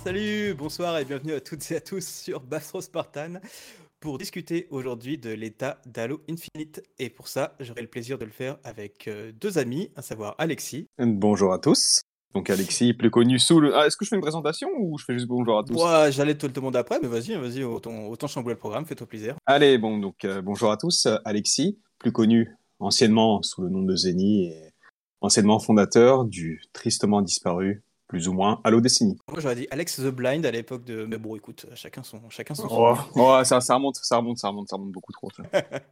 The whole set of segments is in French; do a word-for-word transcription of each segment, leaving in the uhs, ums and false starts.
Salut, bonsoir et bienvenue à toutes et à tous sur Bastro Spartan pour discuter aujourd'hui de l'état d'Halo Infinite. Et pour ça, j'aurai le plaisir de le faire avec euh, deux amis, à savoir Alexis. Bonjour à tous. Donc Alexis, plus connu sous le... Ah, est-ce que je fais une présentation ou je fais juste bonjour à tous? Moi, j'allais te le demander après, mais vas-y, vas-y, autant, autant chambouler le programme, fais-toi plaisir. Allez, bon, donc euh, bonjour à tous. Euh, Alexis, plus connu anciennement sous le nom de Zeni et anciennement fondateur du tristement disparu, plus ou moins, Halo Destiny. Moi, j'aurais dit Alex the Blind à l'époque de... Mais bon, écoute, chacun son, chacun son Oh, souvenir. oh, ça, ça remonte, ça remonte, ça remonte, ça remonte beaucoup trop. Ça.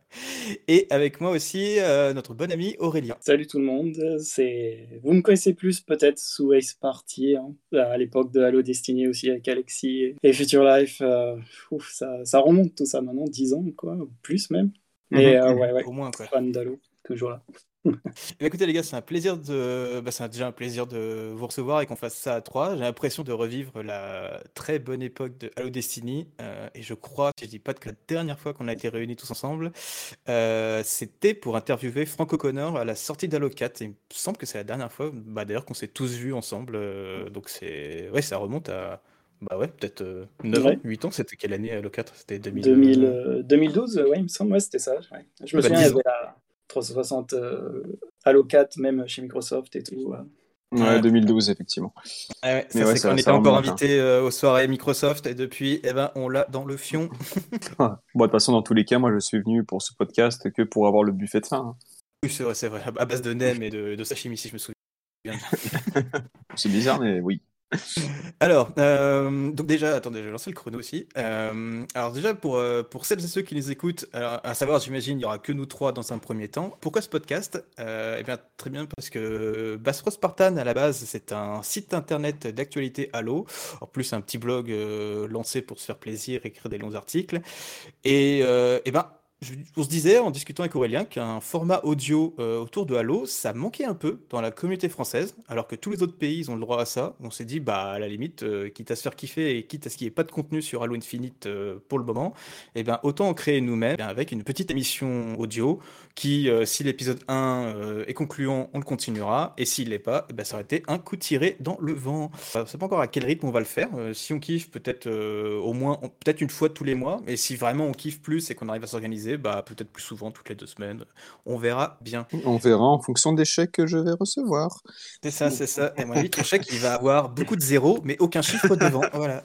Et avec moi aussi, euh, notre bon ami Aurélien. Salut tout le monde, c'est... vous me connaissez plus peut-être sous Ace Party, hein, à l'époque de Halo Destiny aussi avec Alexis et Future Life. Euh, ouf, ça, ça remonte tout ça maintenant, dix ans quoi, plus même. Mais Mhm. euh, ouais, ouais, Au moins, quoi. fan d'Halo, toujours là. Eh bien, écoutez les gars, c'est un plaisir de, bah, c'est déjà un plaisir de vous recevoir et qu'on fasse ça à trois. J'ai l'impression de revivre la très bonne époque de Halo Destiny euh, et je crois, si je dis pas que la dernière fois qu'on a été réunis tous ensemble, euh, c'était pour interviewer Frank O'Connor à la sortie d'Halo quatre. Et il me semble que c'est la dernière fois, bah, d'ailleurs, qu'on s'est tous vus ensemble. euh, donc c'est, ouais, ça remonte à, bah ouais, peut-être euh, neuf ans, Ouais, huit ans. C'était quelle année Halo quatre? C'était deux mille. deux mille, euh, euh, deux mille douze, ouais, il me semble, ouais, c'était ça. Ouais. Je me Bah, souviens, il y dix ans. avait la trois cent soixante euh, Halo quatre, même chez Microsoft et tout. Ouais. Ouais, deux mille douze, effectivement. Ah ouais, Mais ça ouais, c'est quand on ça, était ça encore remonte. Hein. invité euh, aux soirées Microsoft et depuis, eh ben, on l'a dans le fion. Bon, de toute façon, dans tous les cas, moi, je suis venu pour ce podcast que pour avoir le buffet de fin. Hein. Oui, c'est vrai, c'est vrai. À base de nem et de, de sashimi, si je me souviens bien. C'est bizarre, mais oui. Alors, euh, donc déjà, attendez, je vais lancer le chrono aussi. Euh, alors déjà, pour, euh, pour celles et ceux qui nous écoutent, alors, à savoir, j'imagine, il n'y aura que nous trois dans un premier temps. Pourquoi ce podcast? Euh, Eh bien, très bien, parce que Bastro Spartan, à la base, c'est un site internet d'actualité Halo. En plus, un petit blog euh, lancé pour se faire plaisir, écrire des longs articles. Et, euh, eh ben, je- on se disait en discutant avec Aurélien qu'un format audio euh, autour de Halo, ça manquait un peu dans la communauté française, alors que tous les autres pays ils ont le droit à ça. On s'est dit, bah à la limite, euh, quitte à se faire kiffer et quitte à ce qu'il n'y ait pas de contenu sur Halo Infinite euh, pour le moment, eh ben autant en créer nous-mêmes eh bien, avec une petite émission audio qui, euh, si l'épisode un euh, est concluant, on le continuera, et s'il l'est pas, eh ben, ça aurait été un coup tiré dans le vent. Euh, Je sais pas encore à quel rythme on va le faire. Euh, si on kiffe, peut-être euh, au moins, on- peut-être une fois tous les mois. Et si vraiment on kiffe plus et qu'on arrive à s'organiser, bah peut-être plus souvent, toutes les deux semaines. On verra bien. On verra en fonction des chèques que je vais recevoir. C'est ça, c'est ça. Et à mon avis, ton chèque, il va avoir beaucoup de zéros, mais aucun chiffre devant. Voilà.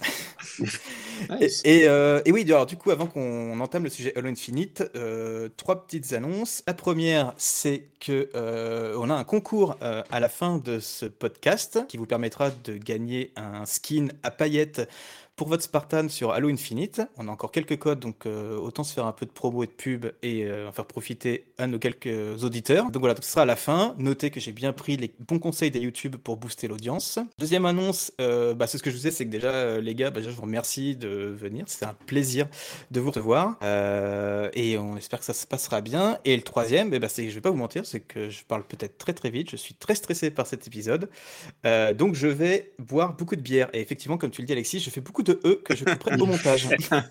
Et, Nice. et, euh, et oui, alors du coup, avant qu'on entame le sujet Halo Infinite, euh, trois petites annonces. La première, c'est que euh, on a un concours euh, à la fin de ce podcast qui vous permettra de gagner un skin à paillettes pour votre Spartan sur Halo Infinite. On a encore quelques codes, donc euh, autant se faire un peu de promo et de pub et euh, en faire profiter un de nos quelques auditeurs. Donc voilà, donc ce sera à la fin. Notez que j'ai bien pris les bons conseils des YouTube pour booster l'audience. Deuxième annonce, euh, bah, c'est ce que je vous disais, c'est que déjà, euh, les gars, bah, déjà, je vous remercie de venir. C'est un plaisir de vous recevoir. Euh, et on espère que ça se passera bien. Et le troisième, eh ben, c'est que je vais pas vous mentir, c'est que je parle peut-être très très vite. Je suis très stressé par cet épisode. Euh, donc je vais boire beaucoup de bière. Et effectivement, comme tu le dis, Alexis, je fais beaucoup de E que je couperai au montage.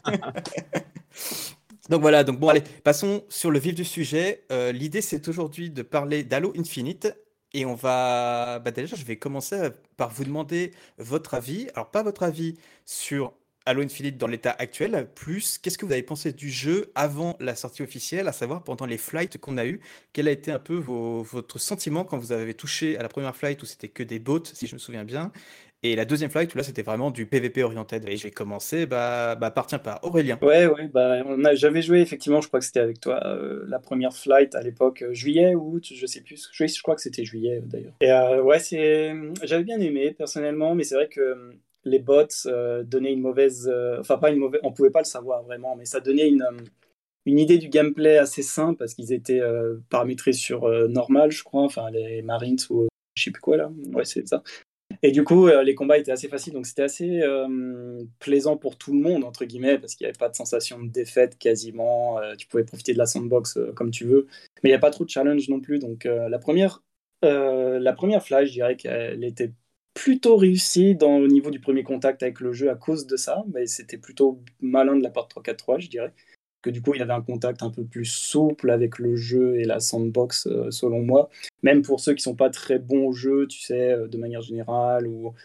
Donc voilà, donc bon, allez, passons sur le vif du sujet. Euh, l'idée, c'est aujourd'hui de parler d'Halo Infinite. Et on va. Bah déjà, je vais commencer à- par vous demander votre avis. Alors, pas votre avis sur Halo Infinite dans l'état actuel, plus qu'est-ce que vous avez pensé du jeu avant la sortie officielle, à savoir pendant les flights qu'on a eu. Quel a été un peu vos- votre sentiment quand vous avez touché à la première flight où c'était que des bots, si je me souviens bien, et la deuxième flight où là c'était vraiment du P V P oriented. Et je vais commencer bah, bah, par, tiens, par Aurélien. Ouais, ouais, bah, on a, j'avais joué effectivement, je crois que c'était avec toi, euh, la première flight à l'époque, euh, juillet ou août, je sais plus. Je, je crois que c'était juillet euh, d'ailleurs. Et euh, ouais, c'est, j'avais bien aimé personnellement, mais c'est vrai que euh, les bots euh, donnaient une mauvaise, euh, enfin pas une mauvaise, on pouvait pas le savoir vraiment, mais ça donnait une, euh, une idée du gameplay assez simple parce qu'ils étaient euh, paramétrés sur euh, normal, je crois, enfin les Marines ou euh, je sais plus quoi là. Ouais, c'est ça. Et du coup, euh, les combats étaient assez faciles, donc c'était assez euh, plaisant pour tout le monde, entre guillemets, parce qu'il n'y avait pas de sensation de défaite quasiment. Euh, tu pouvais profiter de la sandbox euh, comme tu veux, mais il n'y a pas trop de challenge non plus. Donc euh, la première, euh, la première flash, je dirais qu'elle était plutôt réussie dans, au niveau du premier contact avec le jeu à cause de ça, mais c'était plutôt malin de la part de trois quatre trois, je dirais que du coup il y avait un contact un peu plus souple avec le jeu et la sandbox euh, selon moi, même pour ceux qui sont pas très bons au jeu, tu sais, euh, de manière générale, ou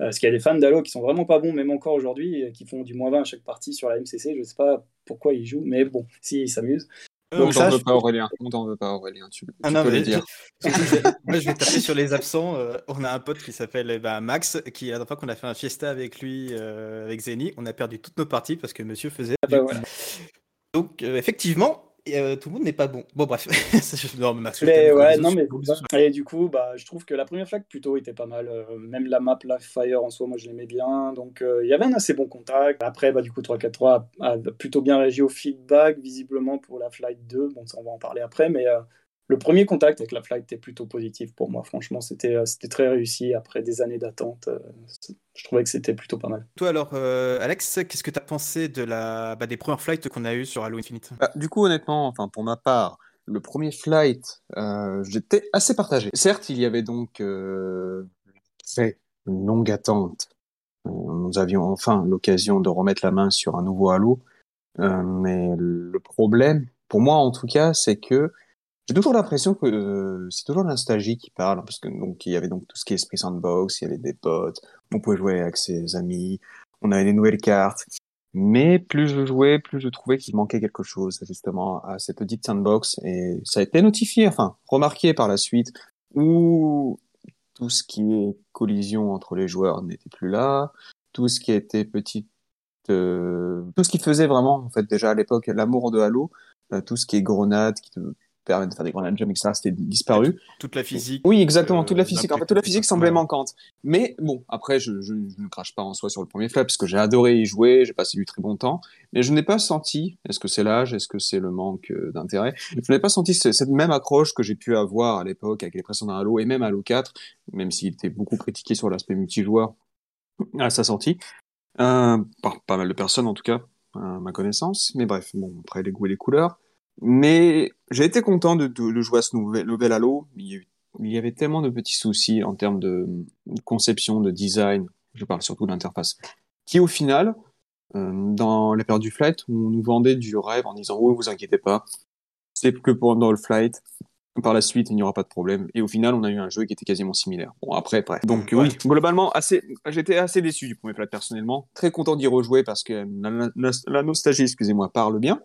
Euh, parce qu'il y a des fans d'Halo qui sont vraiment pas bons, même encore aujourd'hui, et qui font du moins vingt à chaque partie sur la M C C. Je sais pas pourquoi ils jouent, mais bon, si, ils s'amusent. On Donc t'en ça, veut je pas, Aurélien. On t'en veut pas, Aurélien. Tu, Ah tu non, peux le mais dire. je- surtout, je vais- moi je vais taper sur les absents. Euh, on a un pote qui s'appelle eh ben, Max, qui la dernière fois qu'on a fait un fiesta avec lui, euh, avec Zeni, on a perdu toutes nos parties parce que monsieur faisait ah du bah voilà. Donc, euh, effectivement, euh, tout le monde n'est pas bon. Bon, bref. Ça, je- non, mais Max, je t'aime, Mais gros ouais, bisous non, sur- mais gros c'est bisous ça. sur- Et du coup, bah, je trouve que la première flag plutôt était pas mal. Euh, même la map Live Fire en soi, moi je l'aimais bien. Donc euh, il y avait un assez bon contact. Après, bah, du coup, trois quatre trois a, a plutôt bien réagi au feedback, visiblement pour la Flight deux. Bon, ça, on va en parler après. Mais euh, le premier contact avec la Flight était plutôt positif pour moi. Franchement, c'était euh, c'était très réussi après des années d'attente. Euh, c'est- je trouvais que c'était plutôt pas mal. Toi, alors, euh, Alex, qu'est-ce que tu as pensé de la... bah, des premières flights qu'on a eues sur Halo Infinite? Bah, du coup, honnêtement, enfin, pour ma part, le premier flight, euh, j'étais assez partagé. Certes, il y avait donc euh, fait une longue attente. Euh, nous avions enfin l'occasion de remettre la main sur un nouveau Halo. Euh, mais le problème, pour moi en tout cas, c'est que j'ai toujours l'impression que euh, c'est toujours la nostalgie qui parle, parce que donc il y avait donc tout ce qui est Esprit Sandbox, il y avait des potes, on pouvait jouer avec ses amis, on avait des nouvelles cartes. Mais plus je jouais, plus je trouvais qu'il manquait quelque chose justement à cette petite sandbox, et ça a été notifié, enfin remarqué par la suite, où tout ce qui est collision entre les joueurs n'était plus là, tout ce qui était petite euh, tout ce qui faisait vraiment, en fait, déjà à l'époque, l'amour de Halo, euh, tout ce qui est grenades, qui te permet de faire des grenades jump, et cetera, c'était Ouais, tout- disparu. toute la physique, Oui, exactement, toute la euh, physique. En fait, l'impact toute la était pas... physique semblait Ouais. manquante. Mais bon, après, je, je, je ne crache pas en soi sur le premier flap, parce que j'ai adoré y jouer, j'ai passé du très bon temps, mais je n'ai pas senti, est-ce que c'est l'âge, est-ce que c'est le manque euh, d'intérêt, je n'ai pas senti ce- cette même accroche que j'ai pu avoir à l'époque avec les précédents Halo, et même Halo quatre, même s'il était beaucoup critiqué sur l'aspect multijoueur à sa sortie. Euh, par pas mal de personnes en tout cas, à ma connaissance. Mais bref, bon, après les goûts et les couleurs. Mais j'ai été content de, de, de jouer à ce nouvel, nouvel Halo. Il y, a eu- il y avait tellement de petits soucis en termes de, de conception, de design, je parle surtout de l'interface, qui au final, euh, dans les périodes du flight, on nous vendait du rêve en disant «Oh, vous inquiétez pas, c'est que pendant le flight, par la suite, il n'y aura pas de problème». Et au final, on a eu un jeu qui était quasiment similaire. Bon, après, bref. Donc, Mm, ouais. oui, globalement, assez, j'étais assez déçu du premier plat personnellement. Très content d'y rejouer parce que la, la, la nostalgie, excusez-moi, parle bien.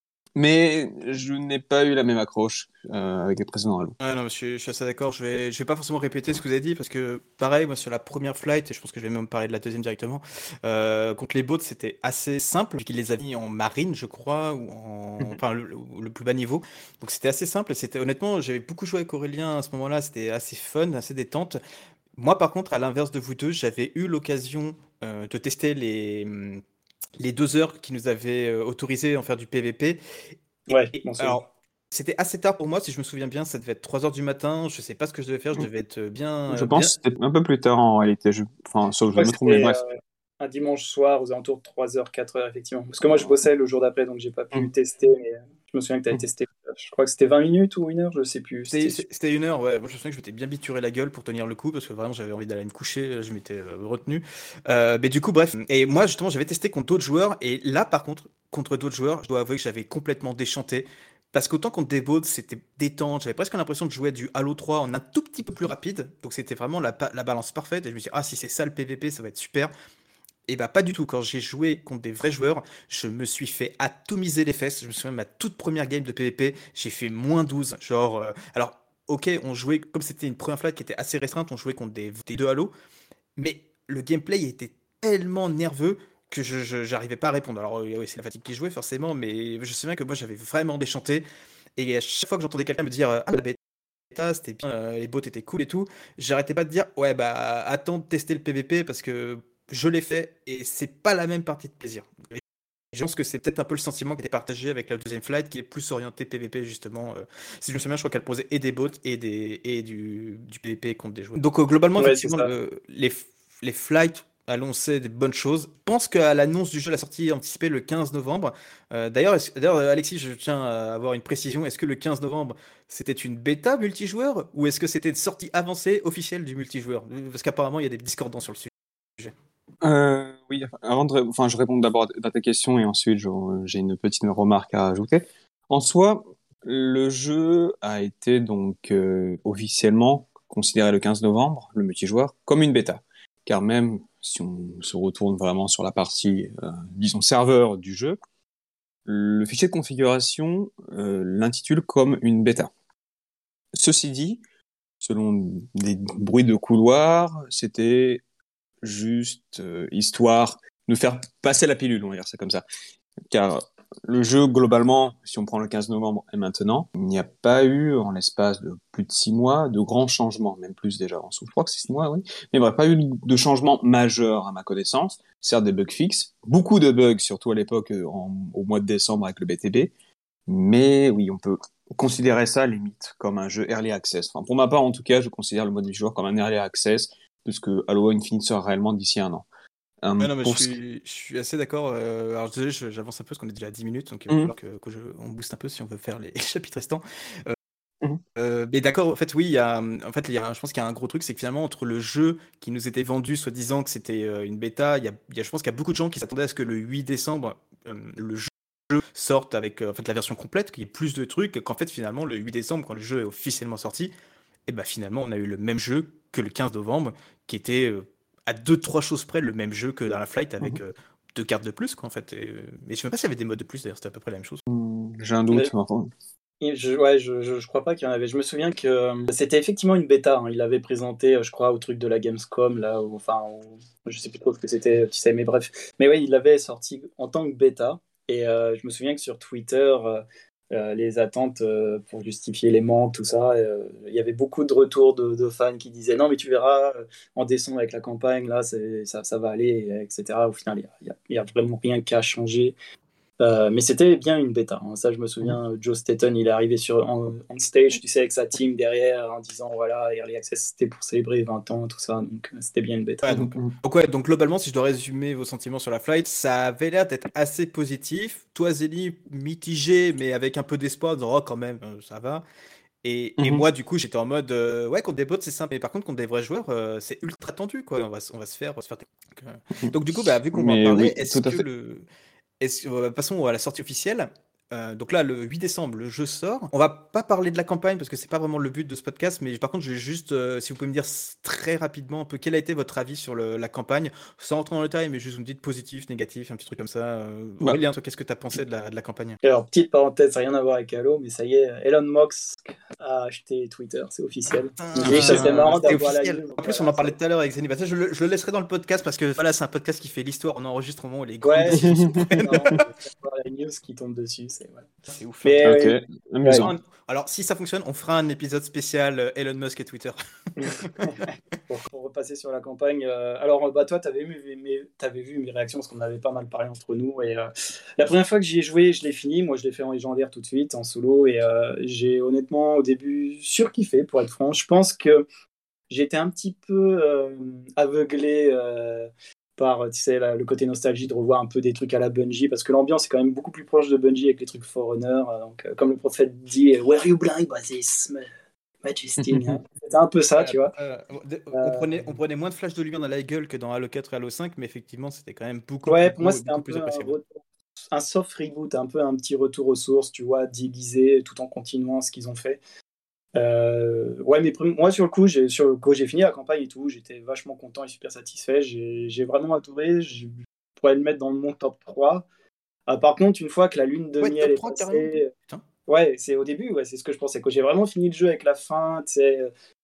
Mais je n'ai pas eu la même accroche euh, avec les précédents Halo. Ouais, non, mais je, suis je suis assez d'accord. Je vais, je vais pas forcément répéter ce que vous avez dit parce que, pareil, moi, sur la première flight, et je pense que je vais même parler de la deuxième directement, euh, contre les bots, c'était assez simple, vu qu'ils les avaient mis en marine, je crois, ou en, enfin, le, le- le plus bas niveau. Donc, c'était assez simple. Et c'était, honnêtement, j'avais beaucoup joué avec Aurélien à ce moment-là. C'était assez fun, assez détente. Moi, par contre, à l'inverse de vous deux, j'avais eu l'occasion euh, de tester les, hum, les deux heures qui nous avaient euh, autorisé à en faire du P V P. Et, Ouais, et bon, c'est alors, c'était assez tard pour moi, si je me souviens bien, ça devait être trois heures du matin. Je sais pas ce que je devais faire, je devais être bien, Je euh, bien. pense que c'était un peu plus tard en réalité. Je... Enfin, Je sauf que crois je que me trompe, mais c'était bref. euh, un dimanche soir aux alentours de trois heures, quatre heures, effectivement. Parce que moi, je bossais le jour d'après, donc j'ai pas pu Hum, tester, mais euh, je me souviens que tu avais hum. testé. Je crois que c'était vingt minutes ou une heure, je sais plus. C'était C'était c'est- super. c'était une heure, ouais. Moi, je me souviens que je m'étais bien bituré la gueule pour tenir le coup parce que vraiment j'avais envie d'aller me coucher, je m'étais euh, retenu. Euh, mais du coup, bref. Et moi, justement, j'avais testé contre d'autres joueurs et là, par contre, contre d'autres joueurs, je dois avouer que j'avais complètement déchanté. Parce qu'autant contre des bots, c'était détente, j'avais presque l'impression de jouer du Halo trois en un tout petit peu plus rapide. Donc c'était vraiment la, pa- la balance parfaite. Et je me suis dit, ah, si c'est ça le P V P, ça va être super. Et bah pas du tout. Quand j'ai joué contre des vrais joueurs, je me suis fait atomiser les fesses. Je me souviens de ma toute première game de P V P, j'ai fait moins douze. Genre, euh, alors, ok, on jouait, comme c'était une première flat qui était assez restreinte, on jouait contre des, des deux Halo, mais le gameplay était tellement nerveux que je, je- j'arrivais pas à répondre. Alors, euh, oui, c'est la fatigue qui jouait forcément, mais je me souviens que moi j'avais vraiment déchanté. Et à chaque fois que j'entendais quelqu'un me dire, euh, ah, la bêta, c'était bien, euh, les bots étaient cool et tout, j'arrêtais pas de dire, ouais, bah, attends de tester le P V P parce que je l'ai fait et c'est pas la même partie de plaisir. Et je pense que c'est peut-être un peu le sentiment qui était partagé avec la deuxième flight qui est plus orientée P V P justement. euh, si je me souviens, je crois qu'elle posait et des bots et, des, et du, du P V P contre des joueurs. Donc euh, globalement, Ouais, c'est effectivement, ça. le- les, les flights annonçaient des bonnes choses. Je pense qu'à l'annonce du jeu, la sortie anticipée le quinze novembre. Euh, d'ailleurs, est-ce- d'ailleurs, euh, Alexis, je tiens à avoir une précision. Est-ce que le quinze novembre, c'était une bêta multijoueur ou est-ce que c'était une sortie avancée officielle du multijoueur? Parce qu'apparemment, il y a des discordants sur le sujet. Euh, oui, avant de, ré- enfin, je réponds d'abord à ta question et ensuite je- j'ai une petite remarque à ajouter. En soi, le jeu a été donc euh, officiellement considéré le quinze novembre, le multijoueur, comme une bêta. car même si on se retourne vraiment sur la partie, euh, disons, serveur du jeu, le fichier de configuration euh, l'intitule comme une bêta. Ceci dit, selon des bruits de couloir, c'était juste euh, histoire de faire passer la pilule, on va dire ça comme ça. Car le jeu, globalement, si on prend le quinze novembre et maintenant, il n'y a pas eu, en l'espace de plus de six mois, de grands changements, même plus déjà. Je crois que c'est six mois, oui. Mais bref, pas eu de changements majeurs à ma connaissance. Certes, des bugs fixes, beaucoup de bugs, surtout à l'époque, en, au mois de décembre avec le B T B. Mais oui, on peut considérer ça, limite, comme un jeu early access. Enfin, pour ma part, en tout cas, je considère le mode multijoueur comme un early access, puisque Halo Infinite sera réellement d'ici un an. Um, ouais, non, mais je suis, je suis assez d'accord. Euh, alors, désolé, j'avance un peu parce qu'on est déjà à dix minutes, donc il va falloir mm-hmm. que, que je, on booste un peu si on veut faire les chapitres restants. Euh, mm-hmm. euh, mais d'accord, en fait, oui, il y a, en fait, il y a, je pense qu'il y a un gros truc, c'est que finalement, entre le jeu qui nous était vendu, soi-disant que c'était euh, une bêta, il y, a, il y a, je pense qu'il y a beaucoup de gens qui s'attendaient à ce que le huit décembre, euh, le jeu sorte avec euh, en fait, la version complète, qu'il y ait plus de trucs, qu'en fait, finalement, le huit décembre, quand le jeu est officiellement sorti, et ben finalement, on a eu le même jeu que le quinze novembre, qui était euh, à deux, trois choses près le même jeu que dans la Flight, avec euh, deux cartes de plus, quoi, en fait. Et, euh, mais je ne sais même pas s'il y avait des modes de plus, d'ailleurs, c'était à peu près la même chose. Mmh, j'ai un doute. Mais... Je, ouais, je, je, je crois pas qu'il y en avait. Je me souviens que euh, c'était effectivement une bêta. Hein. Il l'avait présenté, euh, je crois, au truc de la Gamescom, là, où, enfin, où, je sais plus trop ce que c'était, tu sais, mais bref. Mais ouais, il l'avait sorti en tant que bêta. Et euh, je me souviens que sur Twitter, euh, euh, les attentes euh, pour justifier les manques, tout ça, euh, il y avait beaucoup de retours de, de fans qui disaient non, mais tu verras, euh, en décembre avec la campagne, là, c'est, ça, ça va aller, et cetera. Au final, il n'y a, y a, y a vraiment rien qui a changé. Euh, mais c'était bien une bêta, hein. Ça je me souviens, Joe Staten il est arrivé sur, en, en stage, tu sais, avec sa team derrière en disant voilà, Early Access c'était pour célébrer vingt ans, tout ça, donc c'était bien une bêta. Ouais, donc, donc, ouais, donc globalement, si je dois résumer vos sentiments sur la Flight, ça avait l'air d'être assez positif. Toi, Zélie, mitigé, mais avec un peu d'espoir, de oh, quand même, ça va. Et, mm-hmm. et moi, du coup, j'étais en mode euh, ouais, contre des bots, c'est simple, mais par contre, contre des vrais joueurs, euh, c'est ultra tendu, quoi. On va, on va se faire, on va se faire. Donc, euh... donc du coup, bah, vu qu'on va en parler, oui, est-ce que fait. le Est-ce, euh, passons à la sortie officielle. Euh, donc là, le huit décembre, le jeu sort. On va pas parler de la campagne parce que c'est pas vraiment le but de ce podcast, mais par contre, je vais juste, euh, si vous pouvez me dire très rapidement un peu quel a été votre avis sur le, la campagne, sans rentrer dans le détail, mais juste vous me dites positif, négatif, un petit truc comme ça. Euh, ouais. Aurélien, toi, qu'est-ce que tu as pensé de la, de la campagne ? Alors, petite parenthèse, rien à voir avec Halo, mais ça y est, Elon Musk a acheté Twitter, c'est officiel. Ah, oui, ça serait marrant d'avoir la news. En plus, voilà, on en parlait tout à l'heure avec Zénie. Je, le, je le laisserai dans le podcast parce que voilà, c'est un podcast qui fait l'histoire en enregistrement. Les grandes ouais, décisions la news qui tombe dessus, c'est, ouais. c'est ouf. Mais, hein. Okay. Ouais. Un... Alors, si ça fonctionne, on fera un épisode spécial Elon Musk et Twitter. Pour, pour repasser sur la campagne, euh, alors bah, toi, tu avais vu mes, t'avais vu mes réactions parce qu'on avait pas mal parlé entre nous. Et, euh, la première fois que j'y ai joué, je l'ai fini. Moi, je l'ai fait en légendaire tout de suite, en solo. Et euh, j'ai honnêtement, au début, surkiffé, pour être franc. Je pense que j'étais un petit peu euh, aveuglé. Euh, par tu sais, la, le côté nostalgie de revoir un peu des trucs à la Bungie, parce que l'ambiance est quand même beaucoup plus proche de Bungie avec les trucs Forerunner. Donc, euh, comme le prophète dit, Were you blind by this majesty? C'était un peu ça, tu vois. Euh, on, prenait, on prenait moins de flash de lumière dans la gueule que dans Halo quatre et Halo cinq, mais effectivement, c'était quand même beaucoup ouais, plus pour moi, c'était un peu un, retour, un soft reboot, un peu un petit retour aux sources, tu vois, déguisé, tout en continuant ce qu'ils ont fait. Euh, ouais, mais moi sur le coup, j'ai, sur le coup, j'ai fini la campagne et tout, j'étais vachement content et super satisfait. J'ai, j'ai vraiment adoré. Je pourrais le mettre dans mon top trois. Euh, par contre, une fois que la lune de ouais, miel est trois, passée, ouais, c'est au début, ouais, c'est ce que je pensais. Quand j'ai vraiment fini le jeu avec la fin, tu sais,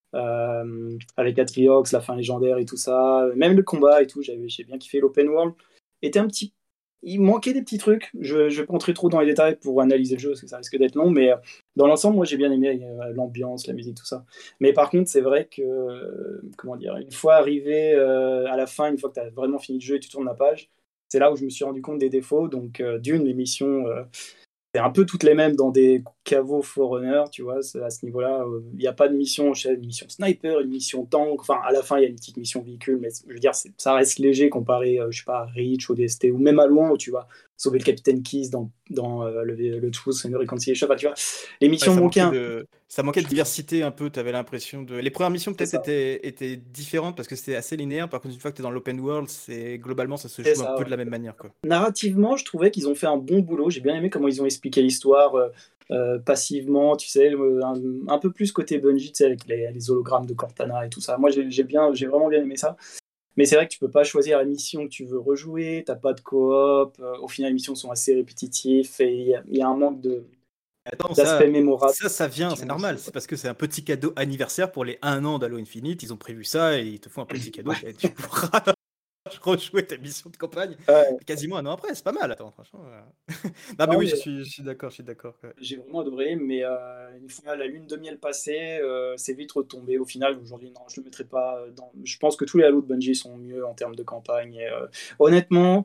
euh, avec Atriox, la fin légendaire et tout ça, même le combat et tout, j'avais, j'ai bien kiffé. L'open world était un petit il manquait des petits trucs. Je ne vais pas entrer trop dans les détails pour analyser le jeu parce que ça risque d'être long, mais dans l'ensemble, moi j'ai bien aimé euh, l'ambiance, la musique, tout ça. Mais par contre, c'est vrai que, euh, comment dire, une fois arrivé euh, à la fin, une fois que tu as vraiment fini le jeu et tu tournes la page, c'est là où je me suis rendu compte des défauts. Donc, euh, d'une, les missions, euh, c'est un peu toutes les mêmes dans des caveaux Forerunner, tu vois, à ce niveau-là. Il euh, n'y a pas de mission, je sais, une mission sniper, une mission tank. Enfin, à la fin, il y a une petite mission véhicule, mais je veux dire, c'est, ça reste léger comparé, euh, je sais pas, à Reach, O D S T, ou même à loin où tu vas sauver le capitaine Keys dans, dans euh, le, le Truth and Reconciliation. Enfin, tu vois, les missions ouais, ça manquaient. Manquait de, ça manquait de diversité un peu, tu avais l'impression de. Les premières missions peut-être étaient, étaient différentes parce que c'était assez linéaire. Par contre, une fois que tu es dans l'open world, c'est... globalement, ça se joue ça, un peu ouais. de la même manière, quoi. Narrativement, je trouvais qu'ils ont fait un bon boulot. J'ai bien aimé comment ils ont expliqué l'histoire. Euh, Euh, passivement, tu sais, euh, un, un peu plus côté Bungie, tu sais, avec les, les hologrammes de Cortana et tout ça. Moi, j'ai, j'ai, bien, j'ai vraiment bien aimé ça. Mais c'est vrai que tu peux pas choisir la mission que tu veux rejouer, t'as pas de coop. euh, au final, les missions sont assez répétitives et il y, a- il y a un manque de, Attends, d'aspect ça, mémorable. ça, ça vient, c'est Effectivement, normal. c'est- C'est parce que c'est un petit cadeau anniversaire pour les un an d'Halo Infinite. Ils ont prévu ça et ils te font un petit cadeau. Ouais. Et tu pourras rejouer ta mission de campagne Ouais. quasiment un an après. C'est pas mal, attends, franchement. euh. Non, mais Non, oui, je mais suis, je suis d'accord, je suis d'accord. Ouais. j'ai vraiment adoré, mais euh, une fois la lune de miel passée, euh, c'est vite retombé. Au final, aujourd'hui, non, je le mettrai pas dans. Je pense que tous les Halo de Bungie sont mieux en termes de campagne. Et, euh, honnêtement,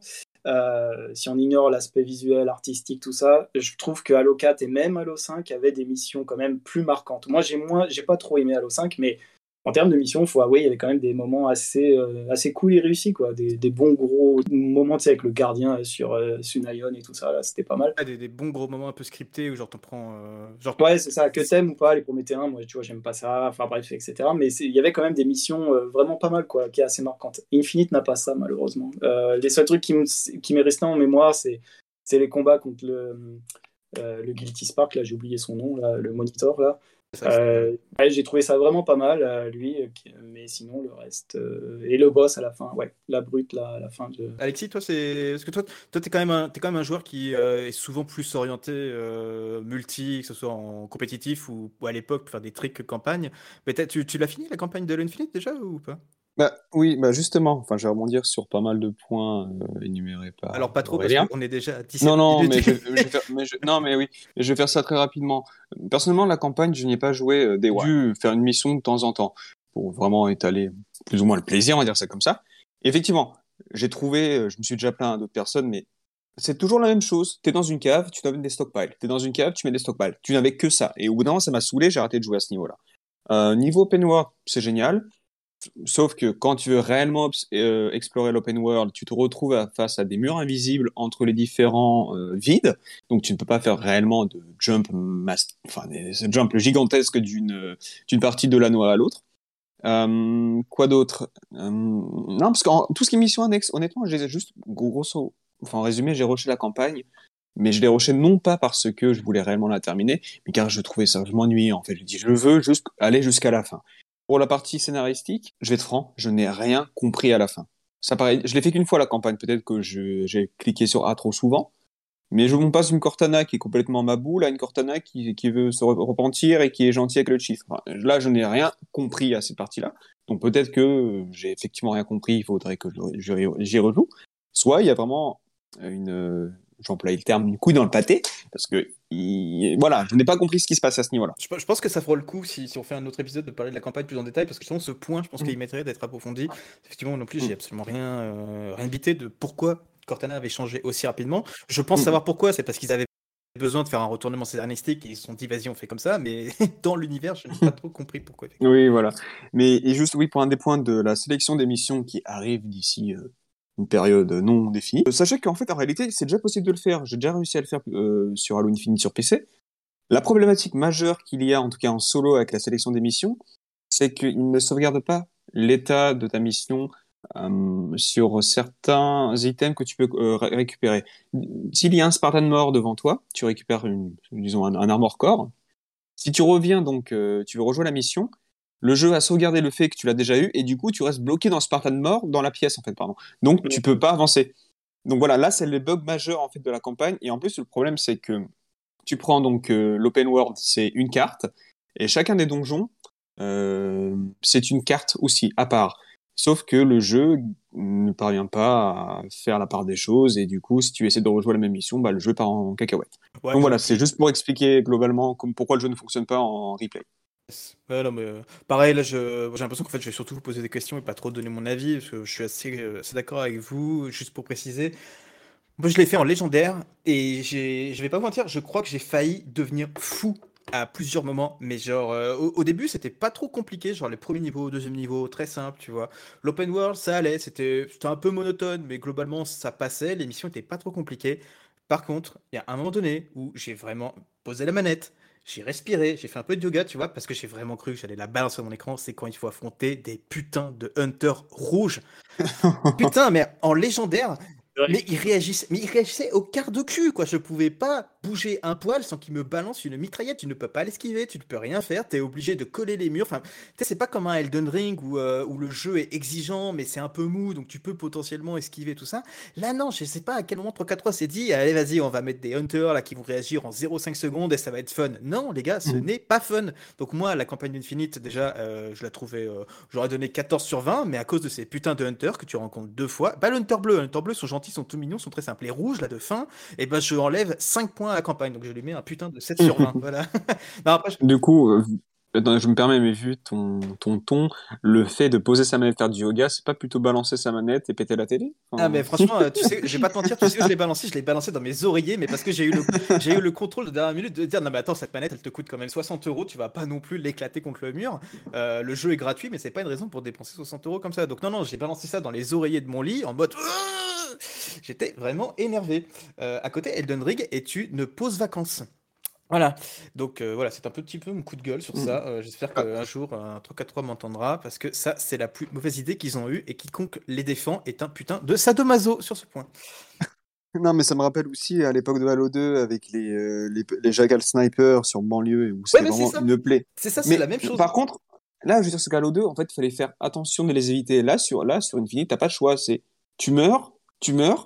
euh, si on ignore l'aspect visuel, artistique, tout ça, je trouve que Halo quatre et même Halo cinq avaient des missions quand même plus marquantes. Moi, j'ai moins, j'ai pas trop aimé Halo cinq, mais en termes de missions, faut avouer, il y avait quand même des moments assez, euh, assez cool et réussis, quoi. Des, des bons gros moments, tu sais, avec le gardien sur euh, Sunayon et tout ça, là, c'était pas mal. Ah, des, des bons gros moments un peu scriptés où genre t'en prends. euh, genre, Ouais, c'est ça, que t'aimes ou pas les Prométhéens, moi tu vois, j'aime pas ça, enfin bref, et cetera. Mais c'est- il y avait quand même des missions euh, vraiment pas mal, quoi, qui est assez marquantes. Infinite n'a pas ça, malheureusement. Euh, les seuls trucs qui me- qui m'est resté en mémoire, c'est c'est les combats contre le, euh, le Guilty Spark, là j'ai oublié son nom, là, le Monitor, là. c'est vrai que c'était pas mal. Euh, ouais, j'ai trouvé ça vraiment pas mal, euh, lui, euh, qui- mais sinon le reste. euh, Et le boss à la fin, ouais, la brute, là, à la fin de. Alexis, toi, c'est. Parce que toi, toi, t'es quand même un, t'es quand même un joueur qui euh, est souvent plus orienté euh, multi, que ce soit en compétitif ou, ou à l'époque pour faire des tricks campagne. Mais t'as- tu, tu l'as fini la campagne de l'Infinite déjà ou pas? Bah, oui, bah justement, enfin, je vais rebondir sur pas mal de points euh, énumérés par Alors pas trop parce Aurélien. qu'on est déjà à Non, dix-sept non, minutes. mais je, je vais faire, mais je- non, mais oui, mais je vais faire ça très rapidement. Personnellement, la campagne, je n'y ai pas joué euh, Day One. J'ai dû faire une mission de temps en temps pour vraiment étaler plus ou moins le plaisir, on va dire ça comme ça. Et effectivement, j'ai trouvé, euh, je me suis déjà plaint à d'autres personnes, mais c'est toujours la même chose. T'es dans une cave, tu dois mettre des stockpiles. T'es dans une cave, tu mets des stockpiles. Tu n'avais que ça. Et au bout d'un moment, ça m'a saoulé, j'ai arrêté de jouer à ce niveau-là. Euh, niveau open world, c'est génial. Sauf que quand tu veux réellement euh, explorer l'open world, tu te retrouves à- face à des murs invisibles entre les différents euh, vides. Donc tu ne peux pas faire réellement de jump, mas- enfin des des jump gigantesques d'une euh, d'une partie de l'anneau à l'autre. Euh, quoi d'autre? Euh, Non, parce que tout ce qui est mission annexe, honnêtement, je les ai juste grosso, enfin en résumé, j'ai rushé la campagne, mais je l'ai rushé non pas parce que je voulais réellement la terminer, mais car je trouvais ça, je m'ennuyais en fait. Je dis, je veux juste aller jusqu'à la fin. Pour la partie scénaristique, je vais être franc, je n'ai rien compris à la fin. Ça paraît, je l'ai fait qu'une fois la campagne, peut-être que je- j'ai cliqué sur A trop souvent, mais je on passe une Cortana qui est complètement ma boule à une Cortana qui, qui veut se re- repentir et qui est gentille avec le chiffre. Enfin, là, je n'ai rien compris à cette partie-là. Donc peut-être que euh, j'ai effectivement rien compris, il faudrait que je- je- j'y rejoue. Soit il y a vraiment une, euh, j'emploie le terme, une couille dans le pâté, parce que il- voilà, je n'ai pas compris ce qui se passe à ce niveau-là. Je, pe- je pense que ça fera le coup si, si on fait un autre épisode de parler de la campagne plus en détail parce que justement ce point, je pense qu'il Mm. mériterait d'être approfondi. Effectivement, non plus, j'ai Mm. absolument rien, euh, rien bité de pourquoi Cortana avait changé aussi rapidement. Je pense Mm. savoir pourquoi, c'est parce qu'ils avaient besoin de faire un retournement scénaristique et ils se sont dit vas-y on fait comme ça, mais dans l'univers je n'ai pas trop compris pourquoi. Effectivement. Oui, voilà. Mais et juste, oui, pour un des points de la sélection des missions qui arrivent d'ici euh, une période non définie, euh, sachez qu'en fait, en réalité, c'est déjà possible de le faire. J'ai déjà réussi à le faire euh, sur Halo Infinite sur P C. La problématique majeure qu'il y a, en tout cas en solo avec la sélection des missions, c'est qu'il ne sauvegarde pas l'état de ta mission euh, sur certains items que tu peux euh, ré- récupérer. S'il y a un Spartan mort devant toi, tu récupères une, disons un, un armor core. Si tu reviens donc, euh, tu veux rejoindre la mission, le jeu a sauvegardé le fait que tu l'as déjà eu et du coup tu restes bloqué dans Spartan mort dans la pièce en fait, pardon. Donc tu peux pas avancer. Donc voilà, là c'est le bug majeur en fait de la campagne et en plus le problème c'est que tu prends donc euh, l'open world, c'est une carte et chacun des donjons euh, c'est une carte aussi à part. Sauf que le jeu ne parvient pas à faire la part des choses et du coup si tu essaies de rejouer la même mission, bah, le jeu part en cacahuète. Ouais, Donc non, voilà, mais c'est puis, juste pour expliquer globalement comme, pourquoi le jeu ne fonctionne pas en replay. ouais, non, mais, euh, pareil, là, je, j'ai l'impression qu'en fait, je vais surtout vous poser des questions et pas trop donner mon avis, parce que je suis assez, euh, assez d'accord avec vous. Juste pour préciser, moi, je l'ai fait en légendaire, et j'ai, je vais pas vous mentir, je crois que j'ai failli devenir fou à plusieurs moments, mais genre, euh, au, au début, c'était pas trop compliqué, genre les premiers niveaux, deuxième niveau, très simple, tu vois. L'open world, ça allait, c'était, c'était un peu monotone, mais globalement, ça passait, les missions étaient pas trop compliquées. Par contre, il y a un moment donné où j'ai vraiment posé la manette. J'ai respiré, j'ai fait un peu de yoga, tu vois, parce que j'ai vraiment cru que j'allais la balancer sur mon écran. C'est quand il faut affronter des putains de hunters rouges. Putain, mais en légendaire, C'est vrai. mais il réagissait, mais il réagissait au quart de cul, quoi. Je pouvais pas bouger un poil sans qu'il me balance une mitraillette. Tu ne peux pas l'esquiver, tu ne peux rien faire, tu es obligé de coller les murs. Enfin, tu sais, c'est pas comme un Elden Ring où, euh, où le jeu est exigeant, mais c'est un peu mou, donc tu peux potentiellement esquiver tout ça. Là, non, je sais pas à quel moment trois quatre trois s'est dit, allez, vas-y, on va mettre des hunters là qui vont réagir en zéro virgule cinq secondes et ça va être fun. Non, les gars, ce Mhm. n'est pas fun. Donc, moi, la campagne Infinite, déjà, euh, je la trouvais, euh, j'aurais donné quatorze sur vingt, mais à cause de ces putains de hunters que tu rencontres deux fois, bah, le hunter bleu, le hunter bleu sont gentils, sont tout mignons, sont très simples. Les rouges, là, de fin, et ben, je enlève cinq points à la campagne, donc je lui mets un putain de sept sur vingt. Voilà. Non, après, je- Du coup, euh, attends, je me permets, mais vu ton, ton ton, le fait de poser sa manette, faire du yoga, c'est pas plutôt balancer sa manette et péter la télé? Ah mais Enfin, franchement, euh, tu sais, je vais pas te mentir, tu sais où je l'ai balancé, je l'ai balancé dans mes oreillers, mais parce que j'ai eu le, j'ai eu le contrôle de dernière minute de dire non mais attends, cette manette elle te coûte quand même soixante euros, tu vas pas non plus l'éclater contre le mur. Euh, le jeu est gratuit, mais c'est pas une raison pour dépenser soixante euros comme ça. Donc non non, j'ai balancé ça dans les oreillers de mon lit en mode, j'étais vraiment énervé. Euh, à côté, Elden Ring est une pause vacances. Voilà, donc euh, voilà, c'est un petit peu mon coup de gueule sur ça. Euh, j'espère ah, qu'un jour un trois quatre trois m'entendra parce que ça, c'est la plus mauvaise idée qu'ils ont eue et quiconque les défend est un putain de sadomaso sur ce point. non, mais ça me rappelle aussi à l'époque de Halo deux avec les, euh, les, les Jackal Sniper sur banlieue où Ouais, c'était mais c'est vraiment ça. une plaie. C'est ça, c'est la Mais même chose. par contre, là, je veux dire, ce qu'Halo deux, en fait, il fallait faire attention de les éviter. Là, sur, là, sur Infinite, t'as pas de choix. C'est tu meurs, tu meurs,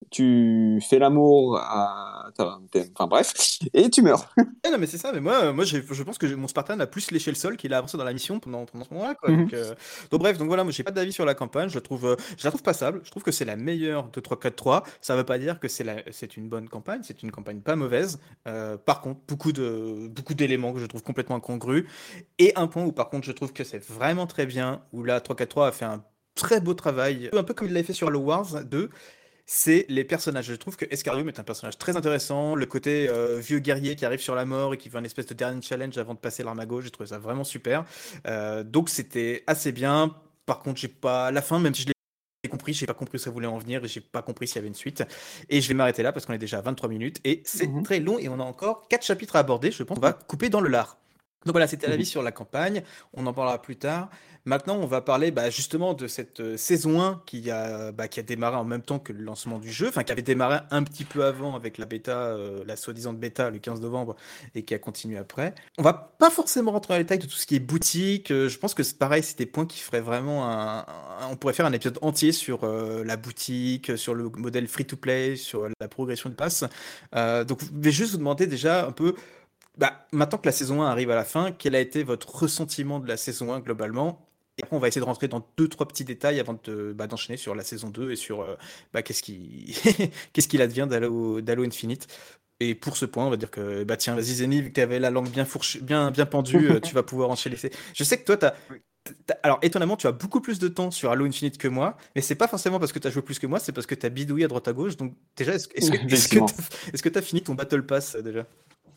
tu fais l'amour à. t'as- t'es- Enfin bref, et tu meurs. Ouais, non, mais c'est ça. Mais moi, euh, moi j'ai- je pense que j'ai- mon Spartan a plus léché le sol qu'il a avancé dans la mission pendant, pendant ce moment-là, quoi. Donc, euh, donc bref, donc voilà, moi j'ai pas d'avis sur la campagne. Je la trouve, euh, je la trouve passable. Je trouve que c'est la meilleure de trois quatre trois. Ça veut pas dire que c'est la, c'est une bonne campagne. C'est une campagne pas mauvaise. Euh, par contre, beaucoup de, beaucoup d'éléments que je trouve complètement incongrus. Et un point où par contre je trouve que c'est vraiment très bien. Où là, trois quatre trois a fait un très beau travail, un peu comme il l'avait fait sur Halo Wars deux, c'est les personnages. Je trouve que Escarium est un personnage très intéressant. Le côté euh, vieux guerrier qui arrive sur la mort et qui veut un espèce de dernier challenge avant de passer l'arme à gauche, j'ai trouvé ça vraiment super. Euh, donc c'était assez bien. Par contre, j'ai pas la fin, même si je l'ai compris, j'ai pas compris où ça voulait en venir et j'ai pas compris s'il y avait une suite. Et je vais m'arrêter là parce qu'on est déjà à vingt-trois minutes et c'est très long et on a encore quatre chapitres à aborder. Je pense qu'on va couper dans le lard. Donc voilà, c'était l'avis sur la campagne. On en parlera plus tard. Maintenant, on va parler bah, justement de cette euh, saison un qui a, bah, qui a démarré en même temps que le lancement du jeu, enfin qui avait démarré un petit peu avant avec la bêta, euh, la soi-disant bêta le quinze novembre et qui a continué après. On va pas forcément rentrer dans les détails de tout ce qui est boutique. Euh, je pense que c'est pareil, c'est des points qui feraient vraiment un, un- on pourrait faire un épisode entier sur euh, la boutique, sur le modèle free-to-play, sur la progression du pass. Euh, donc, je vais juste vous demander déjà un peu bah, maintenant que la saison un arrive à la fin, quel a été votre ressentiment de la saison un globalement? Et après, on va essayer de rentrer dans deux, trois petits détails avant de, te- bah, d'enchaîner sur la saison deux et sur euh, bah, qu'est-ce qui qu'est-ce qu'il advient d'Halo, d'Halo Infinite. Et pour ce point, on va dire que, bah tiens, vas-y Zeni, vu que tu avais la langue bien fourchue, bien, bien pendue, euh, tu vas pouvoir enchaîner. Je sais que toi, t'as, t'as- alors étonnamment, tu as beaucoup plus de temps sur Halo Infinite que moi, mais c'est pas forcément parce que tu as joué plus que moi, c'est parce que tu as bidouillé à droite à gauche. Donc déjà, est-ce, est-ce que est-ce que Effectivement. t'as, est-ce que t'as fini ton Battle Pass euh, déjà?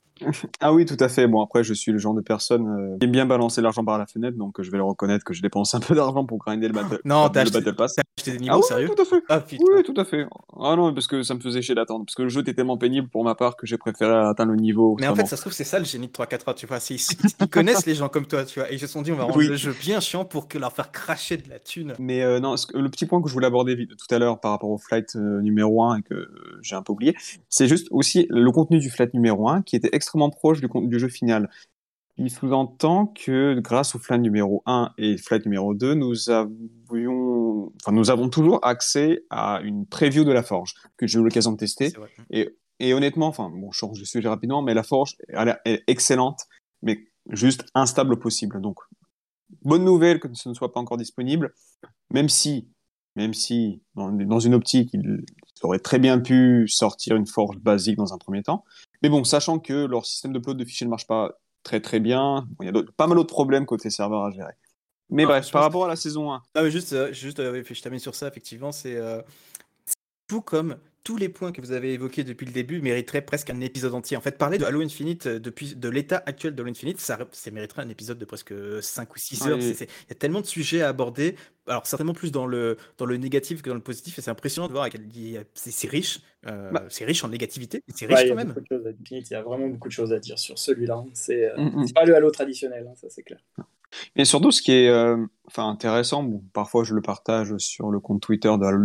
Ah oui, tout à fait. Bon, après, je suis le genre de personne euh, qui aime bien balancer l'argent par la fenêtre, donc euh, je vais le reconnaître que je dépense un peu d'argent pour grinder le battle, Non, t'as le acheté, battle pass. t'as acheté des Ah niveaux, oui, oui, sérieux? tout à fait. Ah Oui, putain. tout à fait. Ah non, parce que ça me faisait chier d'attendre, parce que le jeu était tellement pénible pour ma part que j'ai préféré atteindre le niveau Mais en fait, autrement. ça se trouve, c'est ça le génie de trois quatre A, tu vois. c'est- Ils, ils connaissent les gens comme toi, tu vois. Et ils se sont dit, on va rendre Oui. le jeu bien chiant pour que leur faire cracher de la thune. Mais euh, non, ce que- le petit point que je voulais aborder vite- tout à l'heure par rapport au flight euh, numéro un et que euh, j'ai un peu oublié, c'est juste aussi le contenu du flight numéro un qui était extrêmement proche du, con- du jeu final. Il sous-entend que grâce au flight numéro un et flight numéro deux, nous avions, enfin, nous avons toujours accès à une preview de la forge que j'ai eu l'occasion de tester. C'est vrai. Et, et honnêtement, enfin, bon, je change de sujet rapidement, mais la forge, elle est excellente, mais juste instable au possible. Donc, bonne nouvelle que ce ne soit pas encore disponible, même si, même si, dans, dans une optique, il aurait très bien pu sortir une forge basique dans un premier temps. Mais bon, sachant que leur système de plot de fichiers ne marche pas très très bien, bon, il y a d'autres- pas mal d'autres problèmes côté serveur à gérer. Mais Non, bref, franchement, par c'est- rapport à la saison un, non, mais juste, euh, juste euh, je t'amène sur ça, effectivement, c'est euh, tout comme tous les points que vous avez évoqués depuis le début mériteraient presque un épisode entier. En fait, parler de Halo Infinite, euh, depuis, de l'état actuel de Halo Infinite, ça, ça mériterait un épisode de presque cinq ou six heures. C'est, et, c'est- Il y a tellement de sujets à aborder, alors certainement plus dans le, dans le négatif que dans le positif, et c'est impressionnant de voir à quel- il y a- c'est, c'est riche, euh, bah, c'est riche en négativité, mais c'est Ouais, riche il y quand a même. beaucoup de choses à dire. Il y a vraiment beaucoup de choses à dire sur celui-là. hein. C'est euh, mm, c'est mm. pas le Halo traditionnel, hein, ça c'est clair. Et surtout, ce qui est euh, enfin, intéressant, bon, parfois je le partage sur le compte Twitter de Haldot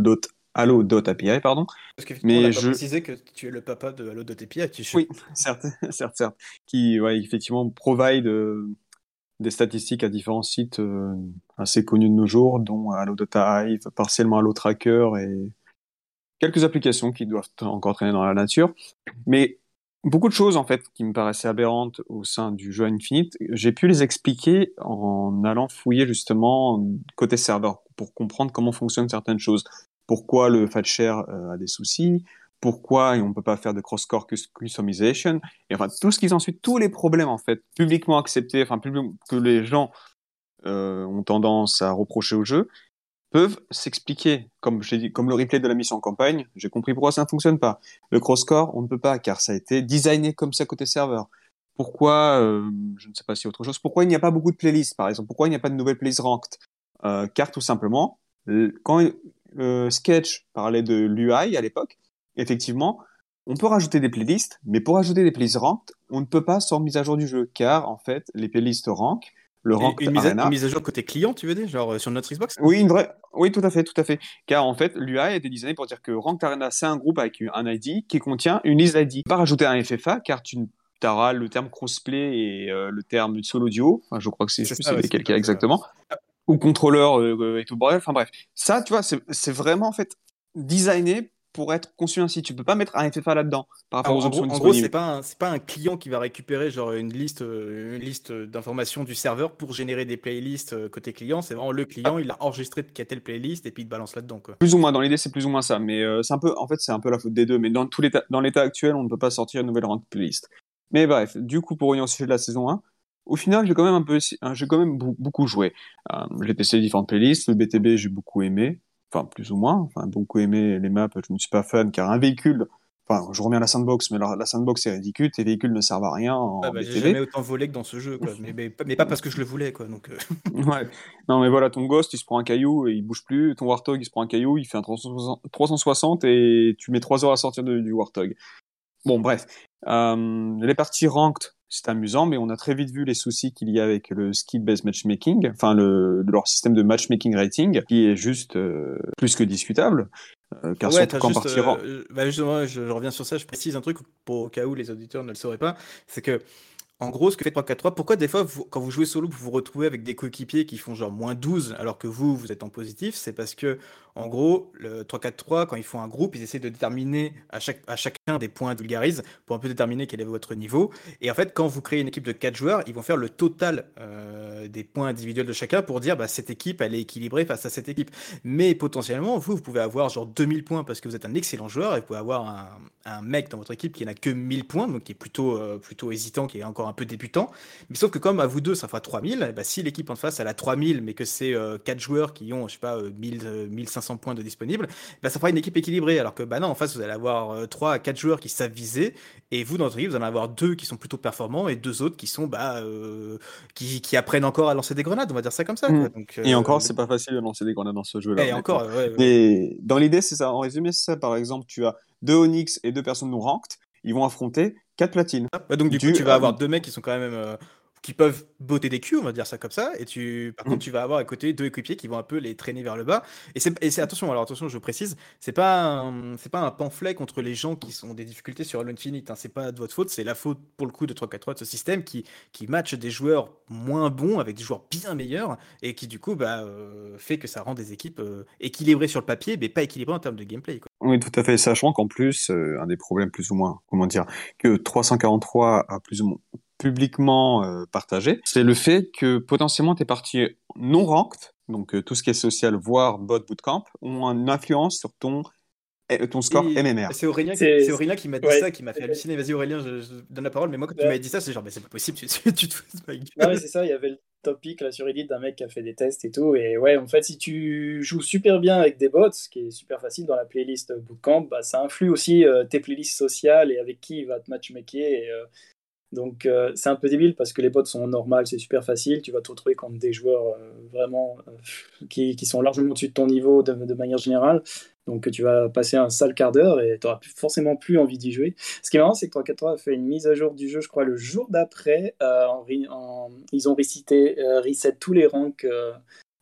Halo.api, pardon. Parce qu'effectivement, on Mais n'a pas je, précisé que tu es le papa de Halo.api. Tu... oui, certes, certes, certes, qui, ouais, effectivement, provide euh, des statistiques à différents sites euh, assez connus de nos jours, dont Halo.hive, partiellement Halo Tracker et quelques applications qui doivent encore traîner dans la nature. Mais beaucoup de choses, en fait, qui me paraissaient aberrantes au sein du jeu Infinite, j'ai pu les expliquer en allant fouiller justement côté serveur pour comprendre comment fonctionnent certaines choses. Pourquoi le fat share euh, a des soucis, pourquoi on ne peut pas faire de cross-core customization, et enfin tout ce qui s'ensuit, tous les problèmes en fait publiquement acceptés, enfin public- que les gens euh, ont tendance à reprocher au jeu, peuvent s'expliquer. Comme j'ai dit, comme le replay de la mission en campagne, j'ai compris pourquoi ça ne fonctionne pas. Le cross-core, on ne peut pas, car ça a été designé comme ça côté serveur. Pourquoi, euh, je ne sais pas si autre chose, pourquoi il n'y a pas beaucoup de playlists, par exemple? Pourquoi il n'y a pas de nouvelles playlists ranked? Euh, car tout simplement, quand euh, Sketch parlait de l'U I à l'époque, effectivement, on peut rajouter des playlists, mais pour rajouter des playlists ranked, on ne peut pas sans mise à jour du jeu, car en fait, les playlists rank, le Une, ranked une mise à, une arena, mise à jour côté client, tu veux dire, genre euh, sur notre Xbox? oui, une vraie... oui, tout à fait, tout à fait. Car en fait, l'U I a été designé pour dire que Ranked Arena, c'est un groupe avec un I D qui contient une liste d'I D. Pas rajouter un F F A, car tu auras le terme crossplay et euh, le terme solo duo. Enfin, je crois que c'est, je sais C'est plus ça, c'est ouais, c'est lesquels qu'il y ça, a c'est ça. exactement. Ou contrôleur euh, et tout. Bref, enfin bref. Ça, tu vois, c'est, c'est vraiment en fait designé pour être conçu ainsi. Tu peux pas mettre un F F A là-dedans par rapport Alors, aux en gros, options en gros, c'est disponibles. pas un, c'est pas un client qui va récupérer genre une liste, euh, une liste d'informations du serveur pour générer des playlists euh, côté client. C'est vraiment le client, Ah, il a enregistré de quelle telle playlist et puis il te balance là-dedans, quoi. plus ou moins, dans l'idée, c'est plus ou moins ça. Mais euh, c'est un peu, en fait, c'est un peu la faute des deux. Mais dans tout l'état, dans l'état actuel, on ne peut pas sortir une nouvelle ranked playlist. Mais bref, du coup, pour revenir au sujet de la saison un, au final, j'ai quand même un peu, hein, j'ai quand même bou- beaucoup joué. Euh, j'ai testé les différentes playlists. Le B T B, j'ai beaucoup aimé. Enfin, plus ou moins. Enfin, beaucoup aimé les maps. Je ne suis pas fan car un véhicule. Enfin, je reviens à la sandbox, mais la, la sandbox c'est ridicule. Tes véhicules ne servent à rien Ouais, en bah, j'ai jamais B T B. autant volé que dans ce jeu, quoi. Mais, mais, mais pas parce que je le voulais, quoi. Donc, euh, Ouais. Non, mais voilà, ton Ghost, il se prend un caillou et il bouge plus. Ton Warthog, il se prend un caillou, il fait un trois cent soixante trois cent soixante et tu mets trois heures à sortir de- du Warthog. Bon, bref. Euh, les parties ranked, c'est amusant, mais on a très vite vu les soucis qu'il y a avec le skill-based matchmaking, enfin, le, leur système de matchmaking rating, qui est juste euh, plus que discutable. Euh, car ouais, surtout t'as qu'en juste. partie ranked. Euh, bah justement, je, je reviens sur ça, je précise un truc pour au cas où les auditeurs ne le sauraient pas. C'est que en gros, ce que fait trois quatre trois, pourquoi des fois, vous- quand vous jouez solo, vous vous retrouvez avec des coéquipiers qui font genre moins douze alors que vous, vous êtes en positif? C'est parce que, en gros, le trois quatre trois, quand ils font un groupe, ils essaient de déterminer à, chaque, à chacun des points vulgarise pour un peu déterminer quel est votre niveau. Et en fait, quand vous créez une équipe de quatre joueurs, ils vont faire le total euh, des points individuels de chacun pour dire bah, cette équipe, elle est équilibrée face à cette équipe. Mais potentiellement, vous, vous pouvez avoir genre deux mille points parce que vous êtes un excellent joueur et vous pouvez avoir un, un mec dans votre équipe qui n'a que mille points, donc qui est plutôt, euh, plutôt hésitant, qui est encore un peu débutant. Mais sauf que comme à vous deux, ça fera trois mille, bah, si l'équipe en face, elle a trois mille, mais que c'est euh, quatre joueurs qui ont, je sais pas, euh, mille, euh, mille cinq cents points de disponibles, bah, ça fera une équipe équilibrée. Alors que bah non, en face, vous allez avoir euh, trois à quatre joueurs qui savent viser, et vous, dans votre équipe, vous allez avoir deux qui sont plutôt performants, et deux autres qui sont, bah, euh, qui, qui apprennent encore à lancer des grenades, on va dire ça comme ça, Hmm. quoi. Donc, Et euh, encore, le- c'est pas facile de lancer des grenades dans ce jeu-là, et encore, honnêtement. euh, ouais, ouais. Mais dans l'idée, c'est ça. En résumé, c'est ça. Par exemple, tu as deux Onyx et deux personnes non ranked. Ils vont affronter quatre platines. Ouais, donc du coup, Du, tu vas euh, avoir deux mecs qui sont quand même euh, qui peuvent botter des culs, on va dire ça comme ça. Et tu, par contre, tu vas avoir à côté deux équipiers qui vont un peu les traîner vers le bas. Et c'est, et c'est attention. Alors attention, je précise, c'est pas, un- c'est pas un pamphlet contre les gens qui ont des difficultés sur Halo Infinite. Hein. C'est pas de votre faute, c'est la faute pour le coup de trois quatre trois de ce système qui qui match des joueurs moins bons avec des joueurs bien meilleurs et qui du coup bah euh, fait que ça rend des équipes euh, équilibrées sur le papier, mais pas équilibrées en termes de gameplay, quoi. Oui, tout à fait. Sachant qu'en plus, euh, un des problèmes plus ou moins, comment dire, que trois cent quarante-trois a plus ou moins publiquement euh, partagé, c'est le fait que potentiellement tes parties non ranked, donc euh, tout ce qui est social, voire bot bootcamp, ont une influence sur ton, eh, ton score Et M M R. c'est Aurélien, qui- C'est, c'est Aurélien qui m'a dit ouais. ça, qui m'a fait halluciner. Vas-y Aurélien, je, je donne la parole. Mais moi, quand tu Bah, m'avais dit ça, c'est genre, mais c'est pas possible, tu, tu, tu te fous de ma non, mais gueule. c'est ça, il y avait le topic là sur Reddit d'un mec qui a fait des tests et tout. Et ouais, en fait, si tu joues super bien avec des bots, ce qui est super facile dans la playlist Bootcamp, bah, ça influe aussi euh, tes playlists sociales et avec qui il va te matchmaker. Et, euh, donc, euh, c'est un peu débile parce que les bots sont normales, c'est super facile. Tu vas te retrouver contre des joueurs euh, vraiment euh, qui, qui sont largement au-dessus de ton niveau de, de manière générale. Donc, tu vas passer un sale quart d'heure et tu n'auras forcément plus envie d'y jouer. Ce qui est marrant, c'est que trois quatre trois a fait une mise à jour du jeu, je crois, le jour d'après. Euh, en, en- ils ont reseté, euh, reset tous les ranks euh,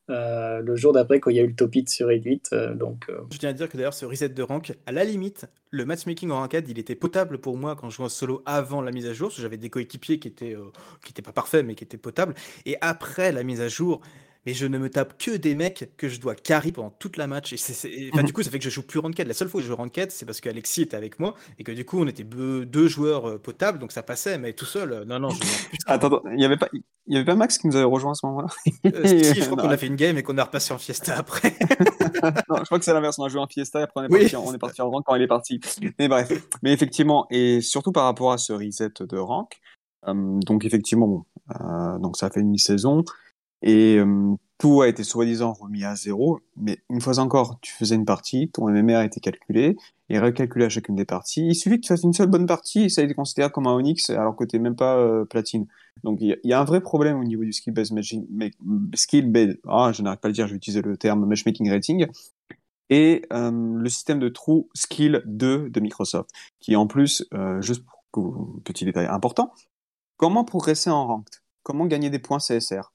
euh, le jour d'après quand il y a eu le top hit sur Reddit. Euh, donc, euh... Je tiens à dire que d'ailleurs, ce reset de rank, à la limite, le matchmaking en ranked, il était potable pour moi quand je jouais en solo avant la mise à jour, parce que j'avais des coéquipiers qui étaient, euh, qui étaient pas parfaits, mais qui étaient potables. Et après la mise à jour, mais je ne me tape que des mecs que je dois carry pendant toute la match. Et c'est, c'est- Enfin, du coup, ça fait que je joue plus ranked. La seule fois que je joue ranked, c'est parce qu'Alexis était avec moi et que du coup, on était be- deux joueurs euh, potables, donc ça passait. Mais tout seul, euh, non, non, je m'en putain. Attends, attends, il y avait pas, il y avait pas Max qui nous avait rejoint à ce moment-là? Euh, si, si, je crois qu'on Non, a fait une game et qu'on a repassé en Fiesta après. non, je crois que c'est l'inverse. On a joué en Fiesta et après on est Oui, parti, en- on est parti en rank quand il est parti. Mais bref. Mais effectivement, et surtout par rapport à ce reset de rank, euh, donc effectivement, bon, euh, donc ça a fait une mi-saison et euh, tout a été soi-disant remis à zéro. Mais une fois encore, tu faisais une partie, ton M M R a été calculé et recalculé à chacune des parties. Il suffit que tu fasses une seule bonne partie et ça a été considéré comme un Onyx alors que t'es même pas euh, platine. Donc il y, a- il y a un vrai problème au niveau du skill-based matching, ma- skill-based, ah, je n'arrive pas à le dire, je vais utiliser le terme matchmaking rating et euh, le système de True Skill deux de Microsoft, qui en plus, euh, juste pour petit détail important, comment progresser en ranked? Comment gagner des points C S R?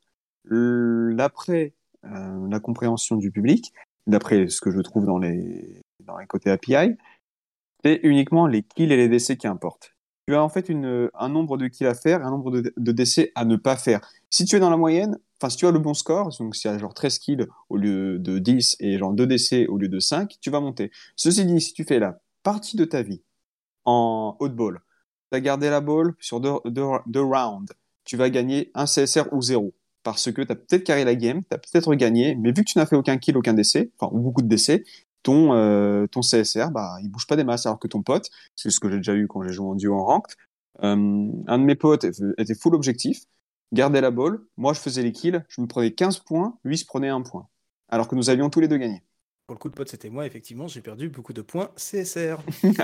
L'après euh, la compréhension du public, d'après ce que je trouve dans les, dans les côtés A P I, c'est uniquement les kills et les décès qui importent. Tu as en fait une, un nombre de kills à faire et un nombre de, de décès à ne pas faire. Si tu es dans la moyenne, enfin si tu as le bon score, donc si tu as genre treize kills au lieu de dix et genre deux décès au lieu de cinq, tu vas monter. Ceci dit, si tu fais la partie de ta vie en haut de ball, tu as gardé la ball sur deux, deux, deux rounds, tu vas gagner un C S R ou zéro. Parce que tu as peut-être carré la game, tu as peut-être gagné, mais vu que tu n'as fait aucun kill, aucun décès, enfin, ou beaucoup de décès, ton, euh, ton C S R, bah, il bouge pas des masses, alors que ton pote, c'est ce que j'ai déjà eu quand j'ai joué en duo en ranked, euh, un de mes potes était full objectif, gardait la ball, moi je faisais les kills, je me prenais quinze points, lui se prenait un point. Alors que nous avions tous les deux gagné. pour le coup de pote, c'était moi, effectivement, j'ai perdu beaucoup de points C S R.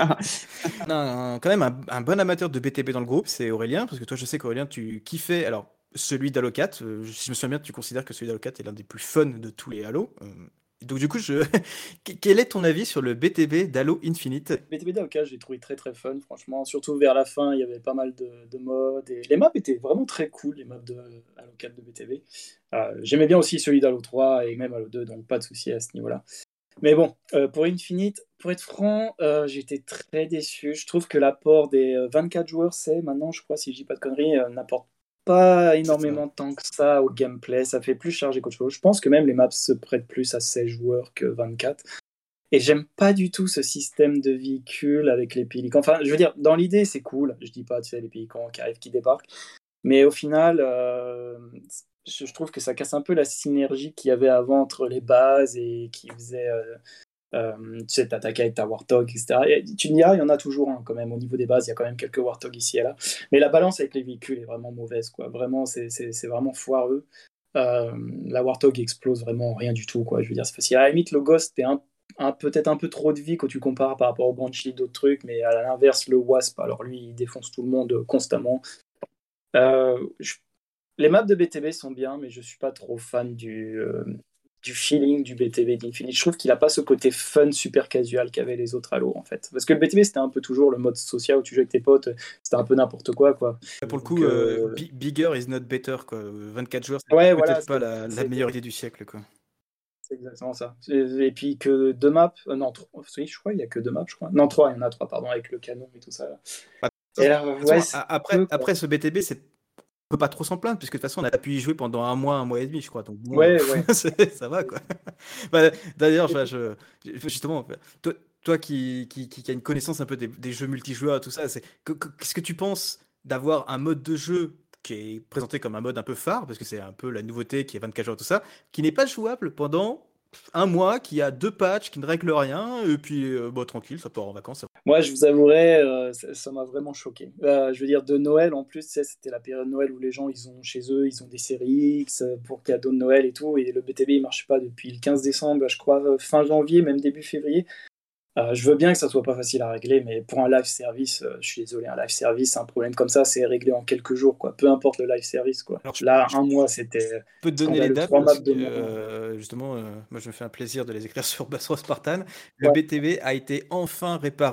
On a un- quand même un, un bon amateur de B T B dans le groupe, c'est Aurélien, parce que toi, je sais qu'Aurélien, tu kiffais. Alors, celui d'Halocat, euh, si je me souviens bien, tu considères que celui d'Halocat est l'un des plus fun de tous les Halo. Euh, donc, du coup, je... quel est ton avis sur le B T B d'Halo Infinite? B T B Dao, j'ai trouvé très très fun, franchement. Surtout vers la fin, il y avait pas mal de, de modes. Et les maps étaient vraiment très cool, les maps de Halo quatre de B T B. Euh, J'aimais bien aussi celui d'Halo trois et même Halo deux, donc pas de souci à ce niveau-là. Mais bon, euh, pour Infinite, pour être franc, euh, j'étais très déçu. Je trouve que l'apport des euh, vingt-quatre joueurs, c'est maintenant, je crois, si je dis pas de conneries, euh, n'apporte pas C'est ça. énormément de temps que ça au gameplay. Ça fait plus chargé qu'autre chose. Je pense que même les maps se prêtent plus à seize joueurs que vingt-quatre. Et j'aime pas du tout ce système de véhicules avec les pélicans. Enfin, je veux dire, dans l'idée, c'est cool. Je dis pas, tu sais, les pélicans qui arrivent, qui débarquent. Mais au final, euh, je je trouve que ça casse un peu la synergie qu'il y avait avant entre les bases et qui faisait, euh, euh, tu sais, t'attaquer avec ta Warthog, et cetera. Et tu me diras, il y en a toujours un quand même. Au niveau des bases, il y a quand même quelques Warthog ici et là. Mais la balance avec les véhicules est vraiment mauvaise, quoi. Vraiment, c'est c'est- c'est vraiment foireux. Euh, la Warthog explose vraiment rien du tout, quoi. Je veux dire, c'est facile. À la limite, le Ghost, t'es un, un- peut-être un peu trop de vie quand tu compares par rapport au Banshee, d'autres trucs, mais à l'inverse, le Wasp, alors lui, il défonce tout le monde euh, constamment. Euh, je- Les maps de B T B sont bien, mais je suis pas trop fan du, euh, du feeling du B T B d'Infinite. Je trouve qu'il a pas ce côté fun super casual qu'avaient les autres Halo, en fait. Parce que le B T B, c'était un peu toujours le mode social où tu jouais avec tes potes, c'était un peu n'importe quoi, quoi. Pour le Donc, coup, euh, euh, bi- bigger is not better, quoi. vingt-quatre joueurs, c'est ouais, voilà, peut-être pas c'est la, la c'est- meilleure idée du siècle, quoi. c'est exactement ça. Et, et puis que deux maps, euh, non, trois, oui, je crois, il y a que deux maps, je crois. Non, trois, il y en a trois, pardon, avec le canon et tout ça. Là. Bah, de Et toute euh, ouais, façon, c'est a- après, peu, quoi. après ce B T B, c'est on peut pas trop s'en plaindre, puisque de toute façon, on a pu y jouer pendant un mois, un mois et demi, je crois. Donc bon, Ouais, ouais. c'est- ça va, quoi. Bah, d'ailleurs, je, je- je- justement, toi, toi qui, qui, qui, qui a une connaissance un peu des, des jeux multijoueurs et tout ça, c'est que- que- qu'est-ce que tu penses d'avoir un mode de jeu qui est présenté comme un mode un peu phare, parce que c'est un peu la nouveauté qui est vingt-quatre joueurs, tout ça, qui n'est pas jouable pendant un mois, qui a deux patchs, qui ne règlent rien, et puis euh, bon, tranquille, ça part en vacances. Moi, je vous avouerai, euh, ça ça m'a vraiment choqué. Euh, je veux dire, de Noël, en plus, tu sais, c'était la période de Noël où les gens, ils ont chez eux, ils ont des séries X euh, pour cadeaux de Noël et tout, et le B T B, il marche pas depuis le quinze décembre, je crois, euh, fin janvier, même début février. Euh, je veux bien que ça soit pas facile à régler, mais pour un live service, euh, je suis désolé, un live service, un problème comme ça, c'est réglé en quelques jours, quoi. Peu importe le live service, quoi. Alors, je, Là, je un mois, c'était peux te donner les scandaleux. dates Trois maps parce de que moins. euh, justement, euh, moi je me fais un plaisir de les écrire sur Bassro Spartan. Le Ouais. B T B a été enfin réparé,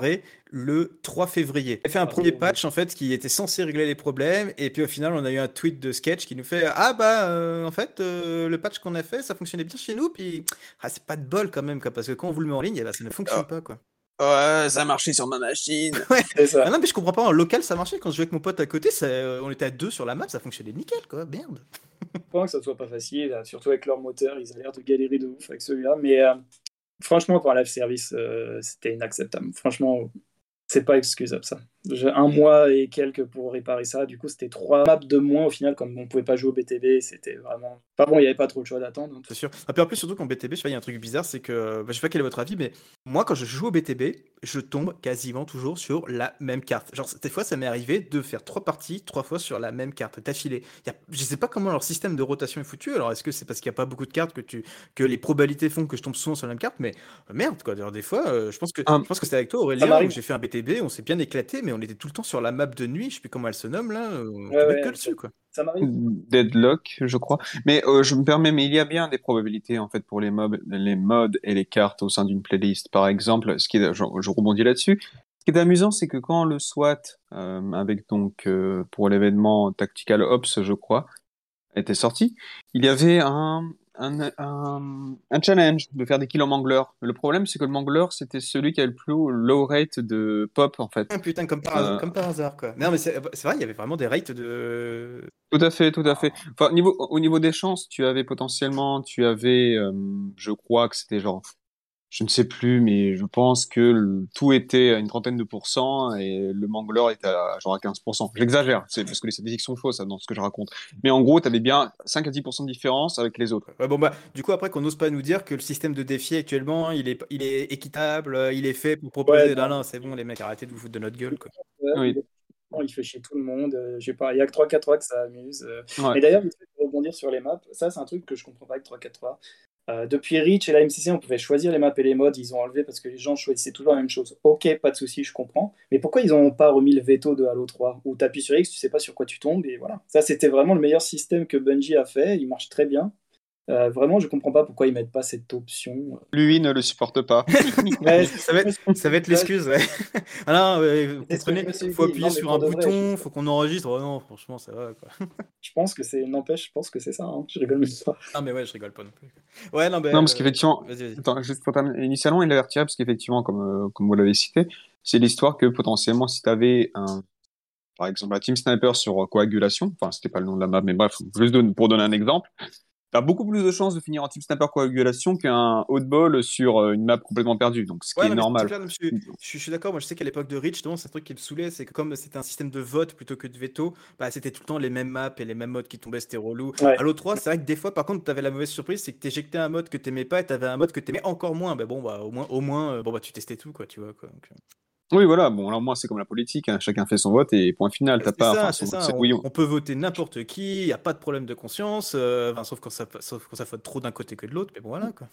le trois février. Il a fait un Ah, premier bon. patch en fait qui était censé régler les problèmes et puis au final on a eu un tweet de Sketch qui nous fait ah bah euh, en fait euh, le patch qu'on a fait ça fonctionnait bien chez nous puis ah c'est pas de bol quand même quoi parce que quand on vous le met en ligne eh ben, ça ne fonctionne Ah, pas quoi. ouais, ça a marché sur ma machine. Ouais. C'est ça. Ah non mais je comprends pas en local ça marchait quand je jouais avec mon pote à côté ça, euh, on était à deux sur la map ça fonctionnait nickel quoi merde. Je pense que ça soit pas facile, euh, surtout avec leur moteur, ils ont l'air de galérer de ouf avec celui-là. Mais euh, franchement, pour un live service, euh, c'était inacceptable. Franchement, c'est pas excusable ça. J'ai un mois et quelques pour réparer ça. Du coup, c'était trois maps de moins au final, comme on pouvait pas jouer au B T B. C'était vraiment. Enfin bon, il n'y avait pas trop le choix d'attendre. hein. C'est sûr. Et puis en plus, surtout qu'en B T B, je sais pas, il y a un truc bizarre, c'est que, bah, je sais pas quel est votre avis, mais moi, quand je joue au B T B, je tombe quasiment toujours sur la même carte. Genre, des fois, ça m'est arrivé de faire trois parties, trois fois sur la même carte, d'affilée. Il y a- Je sais pas comment leur système de rotation est foutu. Alors, est-ce que c'est parce qu'il y a pas beaucoup de cartes que tu, que les probabilités font que je tombe souvent sur la même carte, mais euh, merde, quoi. D'ailleurs, des fois, euh, je pense que, Un, je pense que c'était avec toi, Ça Aurélien, où m'arrive. j'ai fait un B T B, on s'est bien éclaté, mais on était tout le temps sur la map de nuit, je sais plus comment elle se nomme, là, euh, on Ouais, tombait que ouais, ça, dessus, quoi. ça m'arrive. Deadlock, je crois. Mais euh, je me permets, mais il y a bien des probabilités en fait pour les mobs, les mods et les cartes au sein d'une playlist. Par exemple, ce qui est, je, je rebondis là-dessus. Ce qui est amusant, c'est que quand le SWAT, euh, avec donc euh, pour l'événement Tactical Ops, je crois, était sorti, il y avait un, un, un, un challenge de faire des kills en mangler. Le problème, c'est que le mangler, c'était celui qui avait le plus low rate de pop, en Ah, fait. putain, comme par, hasard- Euh, comme par hasard, quoi. Non, mais c'est c'est vrai, il y avait vraiment des rates de. Tout à fait, tout à fait. Enfin, niveau, au niveau des chances, tu avais potentiellement, tu avais, euh, je crois que c'était genre, je ne sais plus, mais je pense que le- tout était à une trentaine de pourcents et le mangler était à genre à quinze pour cent. J'exagère, c'est parce que les statistiques sont fausses hein, dans ce que je raconte. Mais en gros, tu avais bien cinq à dix pour cent de différence avec les autres. Ouais, bon, bah, du coup, après, qu'on n'ose pas nous dire que le système de défi actuellement, il est, il est équitable, euh, il est fait pour Ouais, proposer. Non, non. non, c'est bon, les mecs, arrêtez de vous foutre de notre gueule, quoi. Ouais, il, Oui, est- bon, il fait chier tout le monde. euh, je sais pas, il y a que trois quatre trois que ça amuse. euh. ouais. Mais d'ailleurs, vite fait, pour rebondir sur les maps, ça, c'est un truc que je comprends pas avec trois quatre trois. Euh, depuis Reach et la M C C, on pouvait choisir les maps et les modes. Ils ont enlevé parce que les gens choisissaient toujours la même chose. Ok, pas de souci, je comprends. Mais pourquoi ils ont pas remis le veto de Halo trois où tu appuies sur X, tu sais pas sur quoi tu tombes et voilà. Ça, c'était vraiment le meilleur système que Bungie a fait. Il marche très bien. Euh, vraiment, je comprends pas pourquoi ils mettent pas cette option. Lui ne le supporte pas. Ouais, Ça va être, ça va être l'excuse, ouais. Ah non, ouais, vous c'est ce que je comprenez, me suis faut dit. appuyer Non, mais sur pour un de vrai, je, bouton, faut qu'on enregistre. Oh non, franchement, ça va, quoi. je pense que c'est. N'empêche, je pense que c'est ça. hein. Je rigole même pas. Ah, mais ouais, je rigole pas non plus. Ouais, non, mais. Non, parce euh, qu'effectivement, Vas-y, vas-y. attends, juste pour terminer, initialement, il l'avait retiré parce qu'effectivement, comme, euh, comme vous l'avez cité, c'est l'histoire que potentiellement, si tu avais un, par exemple, la Team Sniper sur euh, coagulation, enfin, c'était pas le nom de la map, mais bref, juste donne- pour donner un exemple, t'as beaucoup plus de chances de finir en Team Sniper coagulation qu'un oddball sur euh, une map complètement perdue, donc ce qui Ouais, est non, mais c'est normal. clair, je suis, je suis- je suis d'accord. Moi, je sais qu'à l'époque de Reach, justement, c'est un truc qui me saoulait, c'est que comme c'était un système de vote plutôt que de veto, bah, c'était tout le temps les mêmes maps et les mêmes modes qui tombaient, c'était relou. Ouais. Halo trois, c'est vrai que des fois, par contre, t'avais la mauvaise surprise, c'est que t'éjectais un mode que t'aimais pas et t'avais un mode que t'aimais encore moins. Bah bon, bah au moins, au moins, euh, bon bah tu testais tout, quoi, tu vois, quoi. Donc, euh, Oui, voilà, bon, alors moi, c'est comme la politique, hein, chacun fait son vote et point final, t'as c'est pas, ça, enfin, c'est son vote, ça. c'est On, oui ou. on peut voter n'importe qui, y a pas de problème de conscience, euh, enfin, sauf quand ça, sauf quand ça faute trop d'un côté que de l'autre. Mais bon, voilà, quoi.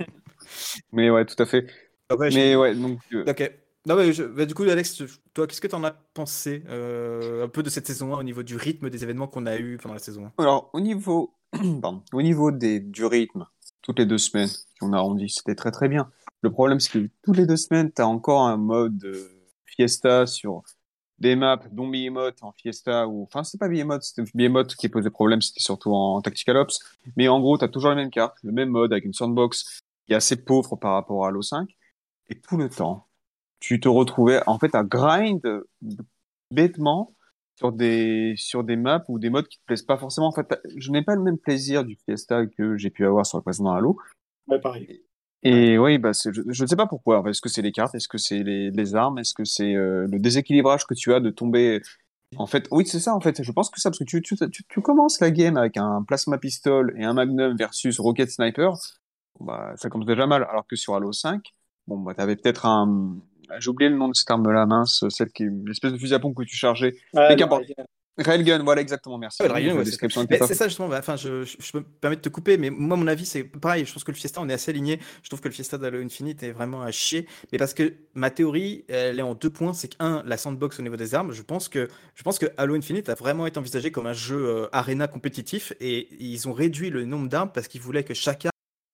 Mais ouais, tout à fait. Ah ouais, je Mais suis. ouais, donc, euh, Ok. Non, mais je- bah, du coup, Alex, toi, qu'est-ce que tu en as pensé euh, un peu de cette saison un au niveau du rythme des événements qu'on a eu pendant la saison un? alors, au niveau, pardon, au niveau des, du rythme, toutes les deux semaines, si on arrondit, c'était très très bien. Le problème, c'est que toutes les deux semaines, t'as encore un mode euh, fiesta sur des maps, dont Behemoth en fiesta, ou, enfin, c'est pas Behemoth, c'était Behemoth qui posait problème, c'était surtout en Tactical Ops. Mais en gros, t'as toujours les mêmes cartes, le même mode avec une sandbox qui est assez pauvre par rapport à Halo cinq. Et tout le temps, tu te retrouvais en fait à grind bêtement sur des sur des maps ou des modes qui te plaisent pas forcément. En fait, je n'ai pas le même plaisir du Fiesta que j'ai pu avoir sur le précédent Halo. Ouais, pareil. Ouais. Et oui, bah c'est- je, je ne sais pas pourquoi. En fait, est-ce que c'est les cartes? Est-ce que c'est les, les armes? Est-ce que c'est euh, le déséquilibrage que tu as de tomber? En fait, oui, c'est ça. En fait, je pense que ça parce que tu tu, tu, tu commences la game avec un plasma pistol et un magnum versus rocket sniper. Bah, ça commence déjà mal. Alors que sur Halo cinq, bon, bah, t'avais peut-être un, j'ai oublié le nom de cette arme-là, mince, celle qui est l'espèce de fusil à pompe que tu chargeais. Ah, Mais le qu'importe. Raiden. Railgun, voilà, exactement, merci. Ouais, le Oui, Raiden, la ouais, c'est ça. description n'était Mais pas c'est fausse. ça justement. Bah, enfin, je, je, je me permets de te couper, mais moi, mon avis, c'est pareil. Je pense que le Fiesta, on est assez aligné. Je trouve que le Fiesta d'Halo Infinite est vraiment à chier. Mais parce que ma théorie, elle est en deux points. C'est que, un, la sandbox au niveau des armes. Je pense que, je pense que Halo Infinite a vraiment été envisagé comme un jeu euh, arena compétitif et ils ont réduit le nombre d'armes parce qu'ils voulaient que chaque arme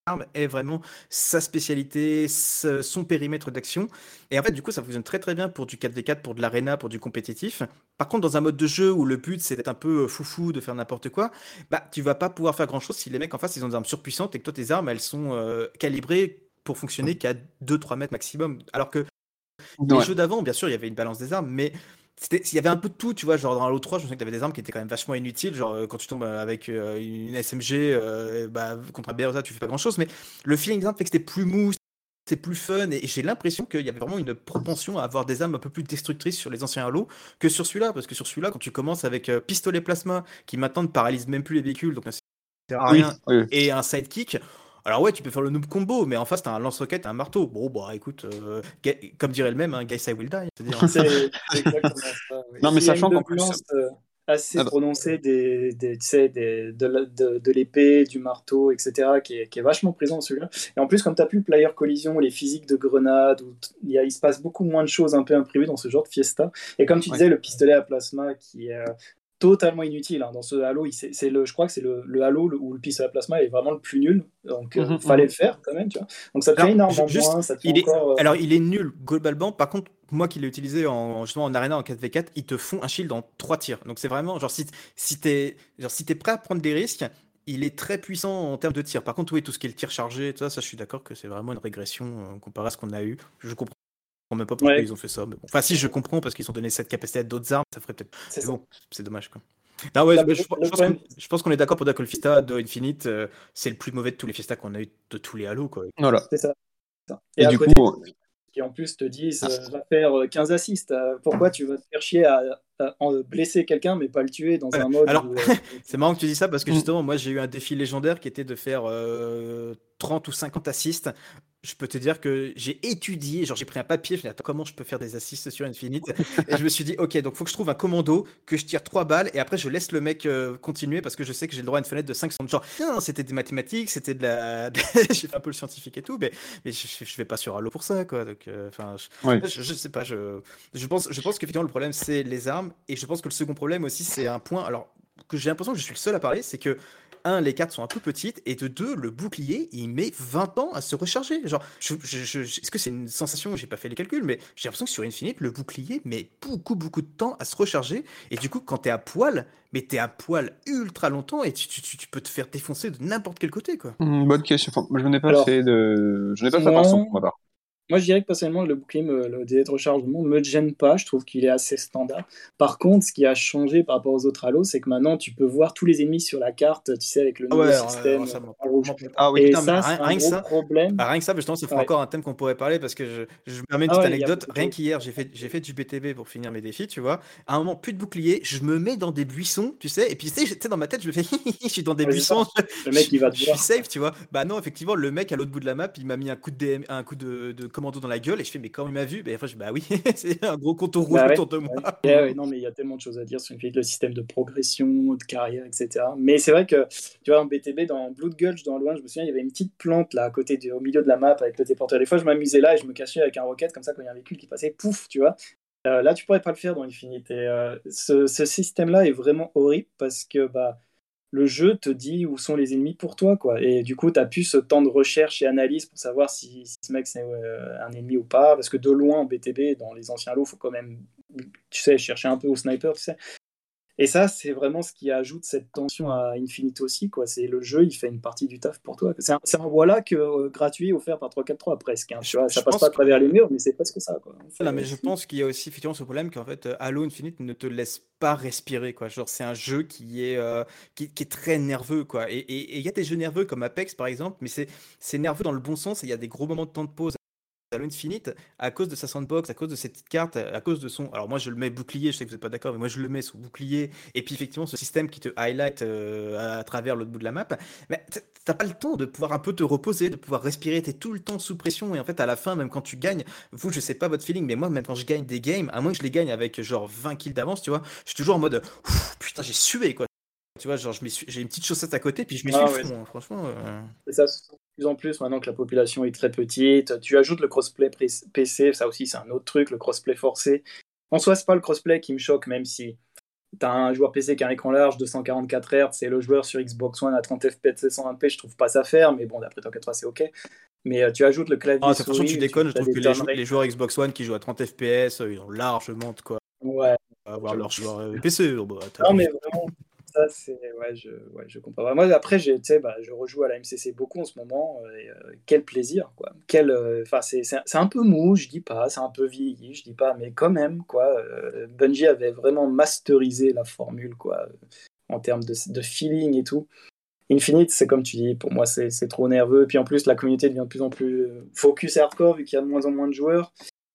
est vraiment sa spécialité, ce- son périmètre d'action. Et en fait, du coup, ça fonctionne très très bien pour du quatre v quatre, pour de l'arena, pour du compétitif. Par contre, dans un mode de jeu où le but c'est d'être un peu euh, foufou, de faire n'importe quoi, bah tu vas pas pouvoir faire grand chose si les mecs en face ils ont des armes surpuissantes et que toi tes armes elles sont euh, calibrées pour fonctionner qu'à deux trois mètres maximum. Alors que les Ouais. jeux d'avant, bien sûr, il y avait une balance des armes, mais c'était, il y avait un peu de tout, tu vois. Genre dans Halo trois, je me souviens que tu avais des armes qui étaient quand même vachement inutiles. Genre euh, quand tu tombes euh, avec euh, une S M G euh, bah, contre un Bertha, tu fais pas grand chose. Mais le feeling des armes fait que c'était plus mou, c'était plus fun. Et, et j'ai l'impression qu'il y avait vraiment une propension à avoir des armes un peu plus destructrices sur les anciens Halo que sur celui-là. Parce que sur celui-là, quand tu commences avec euh, pistolet plasma qui maintenant ne paralyse même plus les véhicules, donc ça sert à Oui, rien, oui. et un sidekick. Alors ouais, tu peux faire le noob combo, mais en face t'as un lance-roquette et un marteau. Bon bah écoute, euh, ga- comme dirait le même, hein, guys I will die. C'est-à-dire, C'est c'est exactement ça. Oui. Et Non, mais puis il y a une sachant qu'en plus. dominance euh, assez Ah bah, prononcée des, des, tu sais, des, de, la- de, de l'épée, du marteau, et cetera, qui est, qui est vachement présent dans celui-là. Et en plus, comme tu as plus le player collision, les physiques de grenade, où t- il, y a, il se passe beaucoup moins de choses un peu imprévues dans ce genre de fiesta. Et comme tu ouais. disais, le pistolet à plasma qui est euh, totalement inutile hein, dans ce Halo, il- c'est c'est le, je crois que c'est le, le Halo où le pistolet à plasma est vraiment le plus nul. Donc euh, Mhm, fallait mhm. le faire quand même, tu vois. Donc ça te fait alors, une arme ju- en juste, moins, ça te fait il est, encore. euh, alors il est nul globalement. Par contre, moi qui l'ai utilisé en, justement en arena en quatre v quatre, ils te font un shield en trois tirs. Donc c'est vraiment genre si, si t'es, genre si t'es prêt à prendre des risques, il est très puissant en termes de tir. Par contre, oui, tout ce qui est le tir chargé, tout ça, ça je suis d'accord que c'est vraiment une régression euh, comparé à ce qu'on a eu. Je comprends même pas pourquoi Ouais, ils ont fait ça. Mais bon. Enfin, si je comprends parce qu'ils ont donné cette capacité à d'autres armes, ça ferait peut-être. c'est Mais ça. bon, c'est dommage quoi. Non, ouais, Là, mais le, je, je le pense qu'on problème, je pense qu'on est d'accord pour dire que le Fista de Infinite, euh, c'est le plus mauvais de tous les Fiesta qu'on a eu de tous les Halo quoi. Voilà. c'est ça. ça. Et Et à du coup, côté, euh, qui en plus te disent ah, euh, va faire euh, quinze assists. Euh, pourquoi tu vas te faire chier à, à- à blesser quelqu'un mais pas le tuer dans Voilà. un mode Alors, où. euh, c'est marrant que tu dis ça parce que mm, justement, moi j'ai eu un défi légendaire qui était de faire euh, trente ou cinquante assists. Je peux te dire que j'ai étudié, genre j'ai pris un papier, je me suis dit, attends, comment je peux faire des assists sur Infinite? Et je me suis dit, ok, donc faut que je trouve un commando, que je tire trois balles et après je laisse le mec euh, continuer parce que je sais que j'ai le droit à une fenêtre de cinq secondes. Genre, non, c'était des mathématiques, c'était de la. J'ai fait un peu le scientifique et tout, mais, mais je, je, je vais pas sur Halo pour ça, quoi. Donc, euh, enfin, ouais. je, je, je sais pas, je, je pense, je pense qu'effectivement le problème c'est les armes et je pense que le second problème aussi c'est un point, alors que j'ai l'impression que je suis le seul à parler, c'est que un, les cartes sont un peu petites, et de deux, le bouclier, il met vingt ans à se recharger. Genre, je, je, je- est-ce que c'est une sensation, j'ai pas fait les calculs, mais j'ai l'impression que sur Infinite, le bouclier met beaucoup, beaucoup de temps à se recharger, et du coup, quand t'es à poil, mais t'es à poil ultra longtemps, et tu, tu, tu- tu peux te faire défoncer de n'importe quel côté, quoi. Mm, bonne question. Enfin, je n'ai pas Alors, fait de, je n'ai pas fait attention moi, pour ma part. Moi, je dirais que personnellement, le bouclier, me, le délai de rechargement ne me gêne pas. Je trouve qu'il est assez standard. Par contre, ce qui a changé par rapport aux autres Halo, c'est que maintenant, tu peux voir tous les ennemis sur la carte, tu sais, avec le Ah nouveau ouais, alors, système alors ça euh, m'en en parle rouge. vraiment pas. Ah oui. Et Putain, mais ça, rien, c'est un rien que gros ça, problème. ah, rien que ça, justement, ça fera Ouais, encore un thème qu'on pourrait parler parce que je, je me permets une ah petite ouais, il y a anecdote. beaucoup de Rien choses. qu'hier, j'ai fait, j'ai fait du B T B pour finir mes défis, tu vois. À un moment, plus de bouclier, je me mets dans des buissons, tu sais, et puis tu sais, tu sais, dans ma tête, je me fais, je suis dans des Ouais, c'est ça. buissons, Le je, mec, il va je te suis voir. safe, tu vois. Bah non, effectivement, le mec à l'autre bout de la map, il m'a mis un coup de D M, un coup de, de commando dans la gueule, et je fais, mais quand il m'a vu, bah, enfin, je, bah oui, c'est un gros contour rouge Bah ouais. autour de moi. Ouais. Et, ouais, Mm, non, mais il y a tellement de choses à dire sur Infinite, le système de progression, de carrière, et cetera. Mais c'est vrai que, tu vois, en B T B, dans Blood Gulch, dans Loin, je me souviens, il y avait une petite plante là, à côté, du, au milieu de la map avec le téléporteur. Des fois, je m'amusais là et je me cachais avec un rocket, comme ça, quand il y a un véhicule qui passait, pouf, tu vois. Euh, là, tu pourrais pas le faire dans Infinite. Et euh, ce, ce système-là est vraiment horrible parce que bah, le jeu te dit où sont les ennemis pour toi, quoi. Et du coup, tu as plus ce temps de recherche et analyse pour savoir si, si ce mec c'est euh, un ennemi ou pas. Parce que de loin, en B T B, dans les anciens lots, il faut quand même, tu sais, chercher un peu au sniper, tu sais. Et ça, c'est vraiment ce qui ajoute cette tension à Infinite aussi, quoi. C'est le jeu, il fait une partie du taf pour toi. C'est un, c'est un voilà que euh, gratuit offert par trois quatre trois presque, hein, tu Je, vois. Ça je passe pas pense à travers les murs, mais c'est presque ça, quoi. Non, C'est- mais je pense qu'il y a aussi effectivement ce problème qu'en fait, euh, Halo Infinite ne te laisse pas respirer, quoi. Genre, c'est un jeu qui est, euh, qui, qui est très nerveux, quoi. Et et- et il y a des jeux nerveux comme Apex, par exemple, mais c'est c'est nerveux dans le bon sens et il y a des gros moments de temps de pause. Halo Infinite, à cause de sa sandbox, à cause de ses petites cartes, à cause de son. Alors, moi, je le mets bouclier, je sais que vous n'êtes pas d'accord, mais moi, je le mets sous bouclier. Et puis, effectivement, ce système qui te highlight euh, à travers l'autre bout de la map. Mais t- t'as pas le temps de pouvoir un peu te reposer, de pouvoir respirer. T'es tout le temps sous pression. Et en fait, à la fin, même quand tu gagnes, vous, je sais pas votre feeling, mais moi, même quand je gagne des games, à moins que je les gagne avec genre vingt kills d'avance, tu vois, je suis toujours en mode Ouf, putain, j'ai sué, quoi. Tu vois, genre, je m'essuie- j'ai une petite chaussette à côté, puis je m'essuie le Ah ouais, front, hein, franchement. euh. et ça, de plus en plus, maintenant que la population est très petite, tu ajoutes le crossplay pré- P C, ça aussi c'est un autre truc, le crossplay forcé. En soi, c'est pas le crossplay qui me choque, même si t'as un joueur P C qui a un écran large, deux cent quarante-quatre hertz, et le joueur sur Xbox One à trente F P S, cent vingt p, je trouve pas ça faire, mais bon, d'après trois quatre trois, c'est ok. Mais euh, tu ajoutes le clavier Ah, de toute façon, tu souris, tu déconnes. Je as trouve des que les, turn jou- rates. les joueurs Xbox One qui jouent à trente F P S, euh, ils ont largement de quoi Ouais, avoir j'avoue. leur joueur euh, P C. Oh, bah, t'as Non, vu. mais vraiment, ça, c'est. Ouais, je, ouais, je comprends pas. Moi, après, j'ai, tu sais, bah, je rejoue à la M C C beaucoup en ce moment. euh, Et, euh, quel plaisir, quoi. Quel, euh, enfin, c'est, c'est, c'est un peu mou, je dis pas. C'est un peu vieilli, je dis pas. Mais quand même, quoi. euh, Bungie avait vraiment masterisé la formule, quoi. euh, En termes de, de feeling et tout. Infinite, c'est comme tu dis, pour moi, c'est, c'est trop nerveux. Puis en plus, la communauté devient de plus en plus euh, focus et hardcore, vu qu'il y a de moins en moins de joueurs.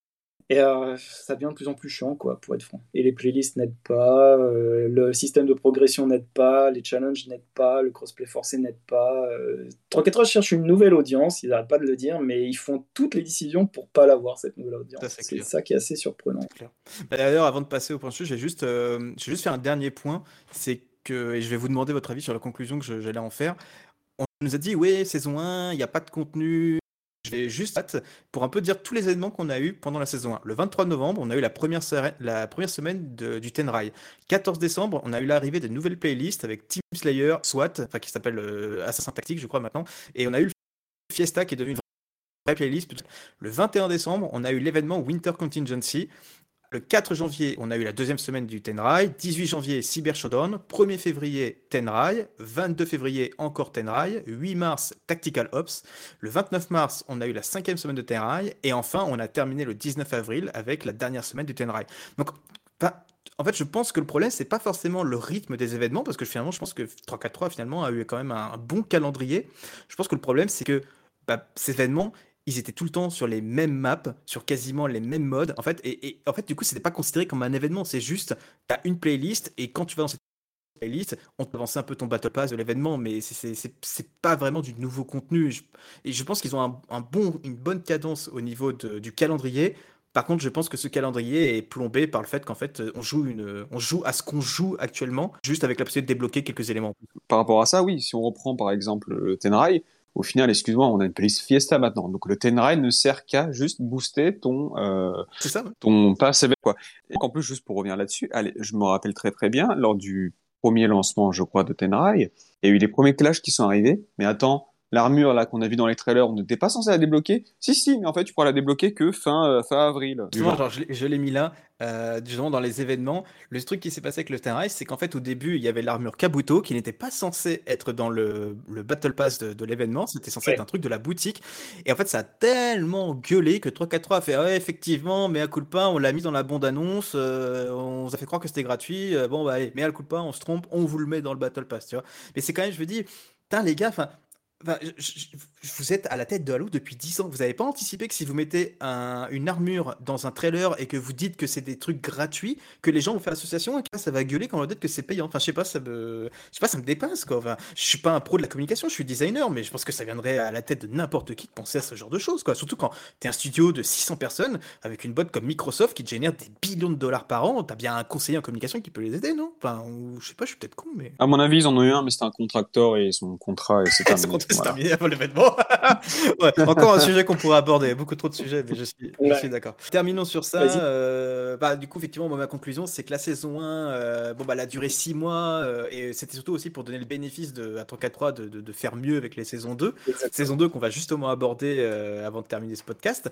Et euh, ça devient de plus en plus chiant, quoi, pour être franc. Et les playlists n'aident pas, euh, le système de progression n'aide pas, les challenges n'aident pas, le crossplay forcé n'aide pas. Euh, trois quatre cherche une nouvelle audience, ils n'arrêtent pas de le dire, mais ils font toutes les décisions pour pas l'avoir, cette nouvelle Ça, audience. c'est C'est clair. ça qui est assez surprenant. C'est clair. Bah, D'ailleurs, avant de passer au point suivant, j'ai juste, euh, j'ai juste fait un dernier point. C'est que, et je vais vous demander votre avis sur la conclusion que je- j'allais en faire. On nous a dit, ouais, saison un, il n'y a pas de contenu. Je vais juste hâte pour un peu dire tous les événements qu'on a eu pendant la saison un. Le vingt-trois novembre, on a eu la première, sera- la première semaine de- du Tenrai. quatorze décembre, on a eu l'arrivée de nouvelles playlists avec Team Slayer, SWAT, enfin qui s'appelle euh, Assassin Tactique, je crois maintenant. Et on a eu le Fiesta qui est devenu une vraie playlist. Le vingt et un décembre, on a eu l'événement Winter Contingency. Le quatre janvier, on a eu la deuxième semaine du Tenrai. dix-huit janvier, Cyber Showdown. premier février, Tenrai. vingt-deux février, encore Tenrai. huit mars, Tactical Ops. Le vingt-neuf mars, on a eu la cinquième semaine de Tenrai. Et enfin, on a terminé le dix-neuf avril avec la dernière semaine du Tenrai. Donc, enfin, en fait, je pense que le problème, c'est pas forcément le rythme des événements, parce que finalement, je pense que trois quatre trois finalement a eu quand même un, un bon calendrier. Je pense que le problème, c'est que bah, ces événements, ils étaient tout le temps sur les mêmes maps, sur quasiment les mêmes modes. En fait, et, et en fait, du coup, c'était pas considéré comme un événement. C'est juste, t'as une playlist et quand tu vas dans cette playlist, on te avance un peu ton battle pass de l'événement, mais c'est c'est- c'est- c'est pas vraiment du nouveau contenu. Je- et je pense qu'ils ont un, un bon, une bonne cadence au niveau de- du calendrier. Par contre, je pense que ce calendrier est plombé par le fait qu'en fait, on joue une, on joue à ce qu'on joue actuellement, juste avec la possibilité de débloquer quelques éléments. Par rapport à ça, oui, si on reprend par exemple le Tenrai, au final, excuse-moi, on a une playlist Fiesta maintenant. Donc le Tenrai ne sert qu'à juste booster ton, euh, C'est ça, ouais. ton pass événement, quoi. Et en plus, juste pour revenir là-dessus, allez, je me rappelle très très bien, lors du premier lancement, je crois, de Tenrai, il y a eu les premiers clashs qui sont arrivés. Mais attends, l'armure là qu'on a vu dans les trailers, on n'était pas censé la débloquer? Si, si, mais en fait, tu pourras la débloquer que fin, euh, fin avril. Du Justement, genre. genre, je l'ai je l'ai mis là, euh, justement, dans les événements. Le truc qui s'est passé avec le Tenrai, c'est qu'en fait, au début, il y avait l'armure Kabuto qui n'était pas censée être dans le, le Battle Pass de, de l'événement. C'était censé être Ouais. un truc de la boutique. Et en fait, ça a tellement gueulé que trois quatre trois a fait ouais, effectivement, mais à culpa, on l'a mis dans la bande-annonce. euh, on vous a fait croire que c'était gratuit. euh, bon, bah, allez, mais à culpa, on se trompe, on vous le met dans le Battle Pass, tu vois. Mais c'est quand même, je me dis, putain, les gars, enfin. Enfin, je- je- je- vous êtes à la tête de Halo depuis dix ans. Vous n'avez pas anticipé que si vous mettez un- une armure dans un trailer et que vous dites que c'est des trucs gratuits, que les gens vont faire l'association et que là, ça va gueuler quand on leur dit que c'est payant. Enfin, je sais pas, ça me, je sais pas, ça me dépasse quoi. Enfin, je suis pas un pro de la communication, je suis designer, mais je pense que ça viendrait à la tête de n'importe qui de penser à ce genre de choses quoi. Surtout quand t'es un studio de six cents personnes avec une boîte comme Microsoft qui te génère des billions de dollars par an. T'as bien un conseiller en communication qui peut les aider, non? Enfin, ou- je sais pas, je suis peut-être con, mais. À mon avis, ils en ont eu un, mais c'était un contracteur et son contrat et c'est Ce terminé. contest est Voilà. terminé avant l'événement. Ouais, encore un sujet qu'on pourrait aborder, beaucoup trop de sujets, mais je suis, je suis Ouais. d'accord. Terminons sur ça. Vas-y. euh, bah, du coup, effectivement, moi, ma conclusion, c'est que la saison un, euh, bon, bah, elle a duré six mois, euh, et c'était surtout aussi pour donner le bénéfice de, à trois quatre trois de, de, de faire mieux avec les saisons deux. Saison Exactement. deux qu'on va justement aborder euh, avant de terminer ce podcast.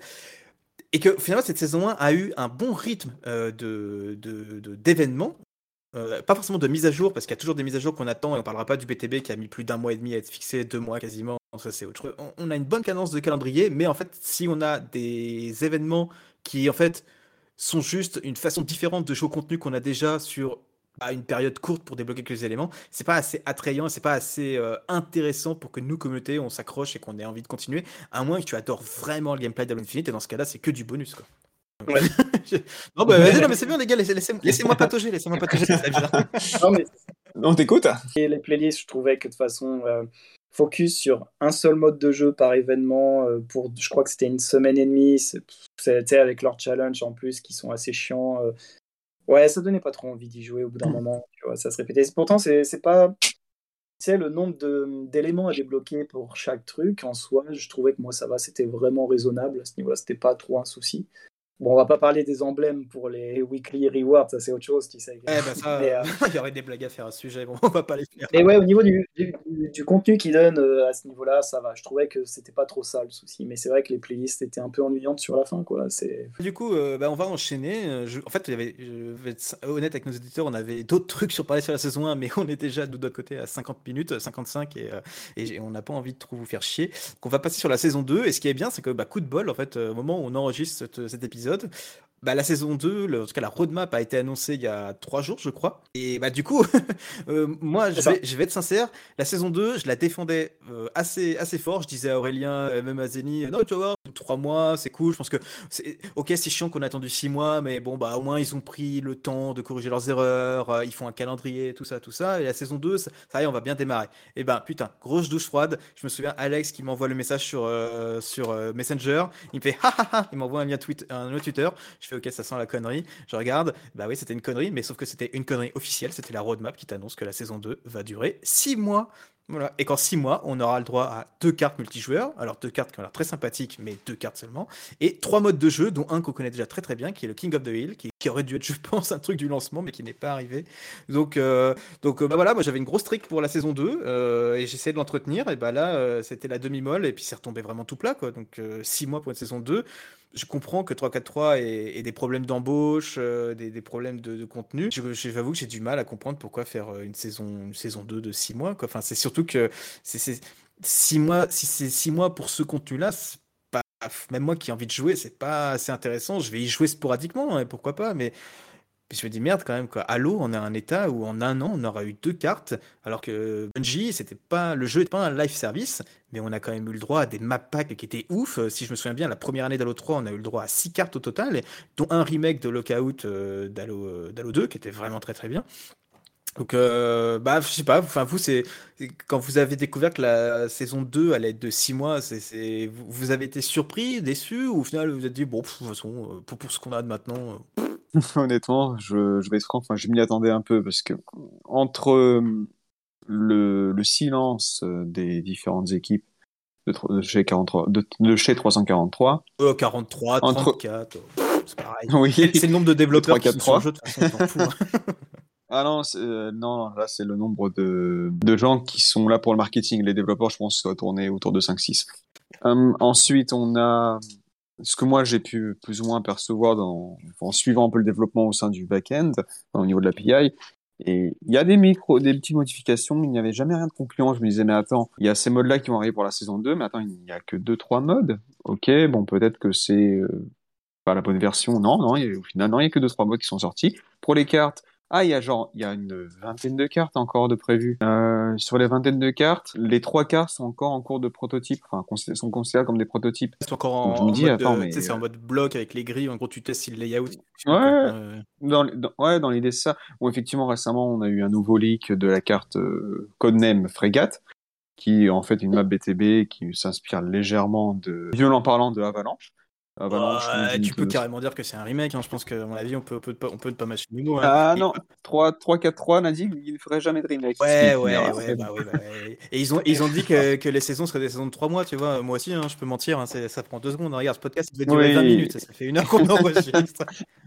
Et que finalement, cette saison un a eu un bon rythme euh, de, de, de- d'événements. Euh, pas forcément de mise à jour, parce qu'il y a toujours des mises à jour qu'on attend, et on parlera pas du B T B qui a mis plus d'un mois et demi à être fixé, deux mois quasiment, ça c'est autre chose. On, on a une bonne cadence de calendrier, mais en fait, si on a des événements qui en fait sont juste une façon différente de jouer au contenu qu'on a déjà sur bah, une période courte pour débloquer quelques éléments, c'est pas assez attrayant, c'est pas assez euh, intéressant pour que nous, communauté, on s'accroche et qu'on ait envie de continuer, à moins que tu adores vraiment le gameplay d'Halo Infinite, et dans ce cas-là, c'est que du bonus, quoi. Ouais. Non, bah vas-y, non, mais c'est bien, les gars, laissez- laissez- laissez-moi patauger, laissez-moi patauger, c'est bien. Non, mais On t'écoute? et les playlists, je trouvais que de toute façon, euh, focus sur un seul mode de jeu par événement, euh, pour, je crois que c'était une semaine et demie, c'est, c'est- tu sais, avec leurs challenges en plus qui sont assez chiants. euh, ouais, ça donnait pas trop envie d'y jouer au bout d'un moment, tu vois, ça se répétait. Pourtant, c'est, c'est pas, tu sais, le nombre de, d'éléments à débloquer pour chaque truc en soi, je trouvais que moi ça va, c'était vraiment raisonnable à ce niveau-là, c'était pas trop un souci. Bon, on va pas parler des emblèmes pour les weekly rewards, ça c'est autre chose, tu sais. Eh ben ça, Mais, euh, euh, il y aurait des blagues à faire à ce sujet, bon, on va pas les faire. mais ouais, au niveau du, du, du- du contenu qu'ils donnent euh, à ce niveau-là, ça va. Je trouvais que c'était pas trop ça le souci. Mais c'est vrai que les playlists étaient un peu ennuyantes sur la fin, quoi. C'est... Du coup, euh, bah, on va enchaîner. Euh, je- En fait, il y avait, je vais être honnête avec nos éditeurs, on avait d'autres trucs sur parler sur la saison un, mais on est déjà de notre côté à cinquante minutes, cinquante-cinq, et, euh, et j'ai- on n'a pas envie de trop vous faire chier. Donc on va passer sur la saison deux, et ce qui est bien, c'est que bah, coup de bol, en fait, euh, au moment où on enregistre cet, cet épisode, bah, la saison deux, le- en tout cas la roadmap a été annoncée il y a trois jours, je crois. Et bah du coup, euh, moi, c'est je ça. vais, je vais être sincère, la saison deux, je la défendais euh, assez, assez fort. Je disais à Aurélien, et même à Zeni, non, tu vas voir, trois mois, c'est cool. Je pense que, c'est... ok, c'est chiant qu'on a attendu six mois, mais bon, bah au moins ils ont pris le temps de corriger leurs erreurs, euh, ils font un calendrier, tout ça, tout ça. Et la saison deux, ça, ça y est, on va bien démarrer. Et ben putain, grosse douche froide. Je me souviens, Alex qui m'envoie le message sur, euh, sur euh, Messenger, il me fait ha ha ha, il m'envoie un lien tweet, un autre Twitter. Je fais ok, ça sent la connerie. Je regarde, bah oui, c'était une connerie, mais sauf que c'était une connerie officielle. C'était la roadmap qui t'annonce que la saison deux va durer six mois. Voilà. Et qu'en six mois, on aura le droit à deux cartes multijoueurs. Alors, deux cartes qui ont l'air très sympathiques, mais deux cartes seulement. Et trois modes de jeu, dont un qu'on connaît déjà très très bien, qui est le King of the Hill, qui, qui aurait dû être, je pense, un truc du lancement, mais qui n'est pas arrivé. Donc, euh, donc euh, bah voilà, moi j'avais une grosse trick pour la saison deux, euh, et j'essayais de l'entretenir. Et bah là, euh, c'était la demi-molle, et puis c'est retombé vraiment tout plat, quoi. Donc, euh, six mois pour une saison deux. Je comprends que trois quatre trois ait, ait des problèmes d'embauche, euh, des, des problèmes de, de contenu. Je- J'avoue que j'ai du mal à comprendre pourquoi faire euh, une saison, une saison deux de six mois, quoi. Enfin, c'est surtout que c'est c'est six mois, si c'est six mois pour ce contenu-là, c'est pas, même moi qui ai envie de jouer, c'est pas assez intéressant. Je vais y jouer sporadiquement, hein, pourquoi pas, mais puis je me dis merde quand même quoi. Halo, on est à un état où en un an on aura eu deux cartes, alors que Bungie, c'était pas le jeu n'est pas un live service, mais on a quand même eu le droit à des map packs qui étaient ouf. Euh, Si je me souviens bien, la première année d'Halo trois, on a eu le droit à six cartes au total, et- dont un remake de Lockout euh, d'Halo euh, d'Halo deux qui était vraiment très très bien. Donc euh, bah je sais pas, enfin vous c'est c'est- quand vous avez découvert que la saison deux allait être de six mois, c'est c'est vous, vous avez été surpris, déçu ou au final vous vous êtes dit bon pff, de toute façon euh, pour, pour ce qu'on a de maintenant. euh, Honnêtement, je, je vais être franc, enfin, je m'y attendais un peu parce que entre euh, le, le silence euh, des différentes équipes de, tro- de chez quarante-trois, de, de chez trois cent quarante-trois, Euh, quarante-trois, entre, trente-quatre, euh, c'est pareil. oui, C'est c'est le nombre de de développeurs qui sont sur le trois cent quarante-trois. jeu, de toute façon, on s'en fout, hein. Ah non, c'est- euh, non, là, c'est le nombre de, de gens qui sont là pour le marketing. Les développeurs, je pense, ça va tourner autour de cinq six. Euh, ensuite, on a ce que moi j'ai pu plus ou moins percevoir dans, en suivant un peu le développement au sein du back-end, au niveau de l'A P I. Et il y a des micros, des petites modifications, il n'y avait jamais rien de concluant. Je me disais, mais attends, il y a ces modes-là qui vont arriver pour la saison deux, mais attends, il n'y a que deux, trois modes. Ok, bon, peut-être que c'est euh, pas la bonne version. Non, non, il y a- au final, non, il y a que deux, trois modes qui sont sortis. Pour les cartes, ah, il y a genre, il y a une vingtaine de cartes encore de prévues. Euh, sur les vingtaines de cartes, les trois cartes sont encore en cours de prototype, enfin, considé- sont considérées comme des prototypes. C'est encore Donc je en, me en dis, mode, attends, de- tu sais, mais c'est en euh, mode bloc avec les grilles. En gros, tu testes si le layout fonctionne, quoi. ouais, Euh, dans, dans- ouais, dans l'idée c'est ça. Bon, effectivement, récemment, on a eu un nouveau leak de la carte euh, codename Frégate, qui est en fait une map B T B qui s'inspire légèrement de, violent parlant, de Avalanche. Avalanche, bah, d'une tu peux carrément dire que c'est un remake, hein. Je pense qu'à mon avis, on peut, on peut, pas- on peut ne pas mâcher les mots, hein. ah Et- non, trois trois quatre trois n'a dit qu'il ne ferait jamais de remake, ce qui ouais, est une ouais, erreur, ouais, mais bah bon. oui, bah ouais. Et ils ont, ils ont dit que, que les saisons seraient des saisons de trois mois, tu vois. Moi aussi, hein, je peux mentir, hein, c'est- ça prend deux secondes. Regarde, ce podcast, il devait durer vingt Oui, minutes. Ça fait une heure qu'on enregistre.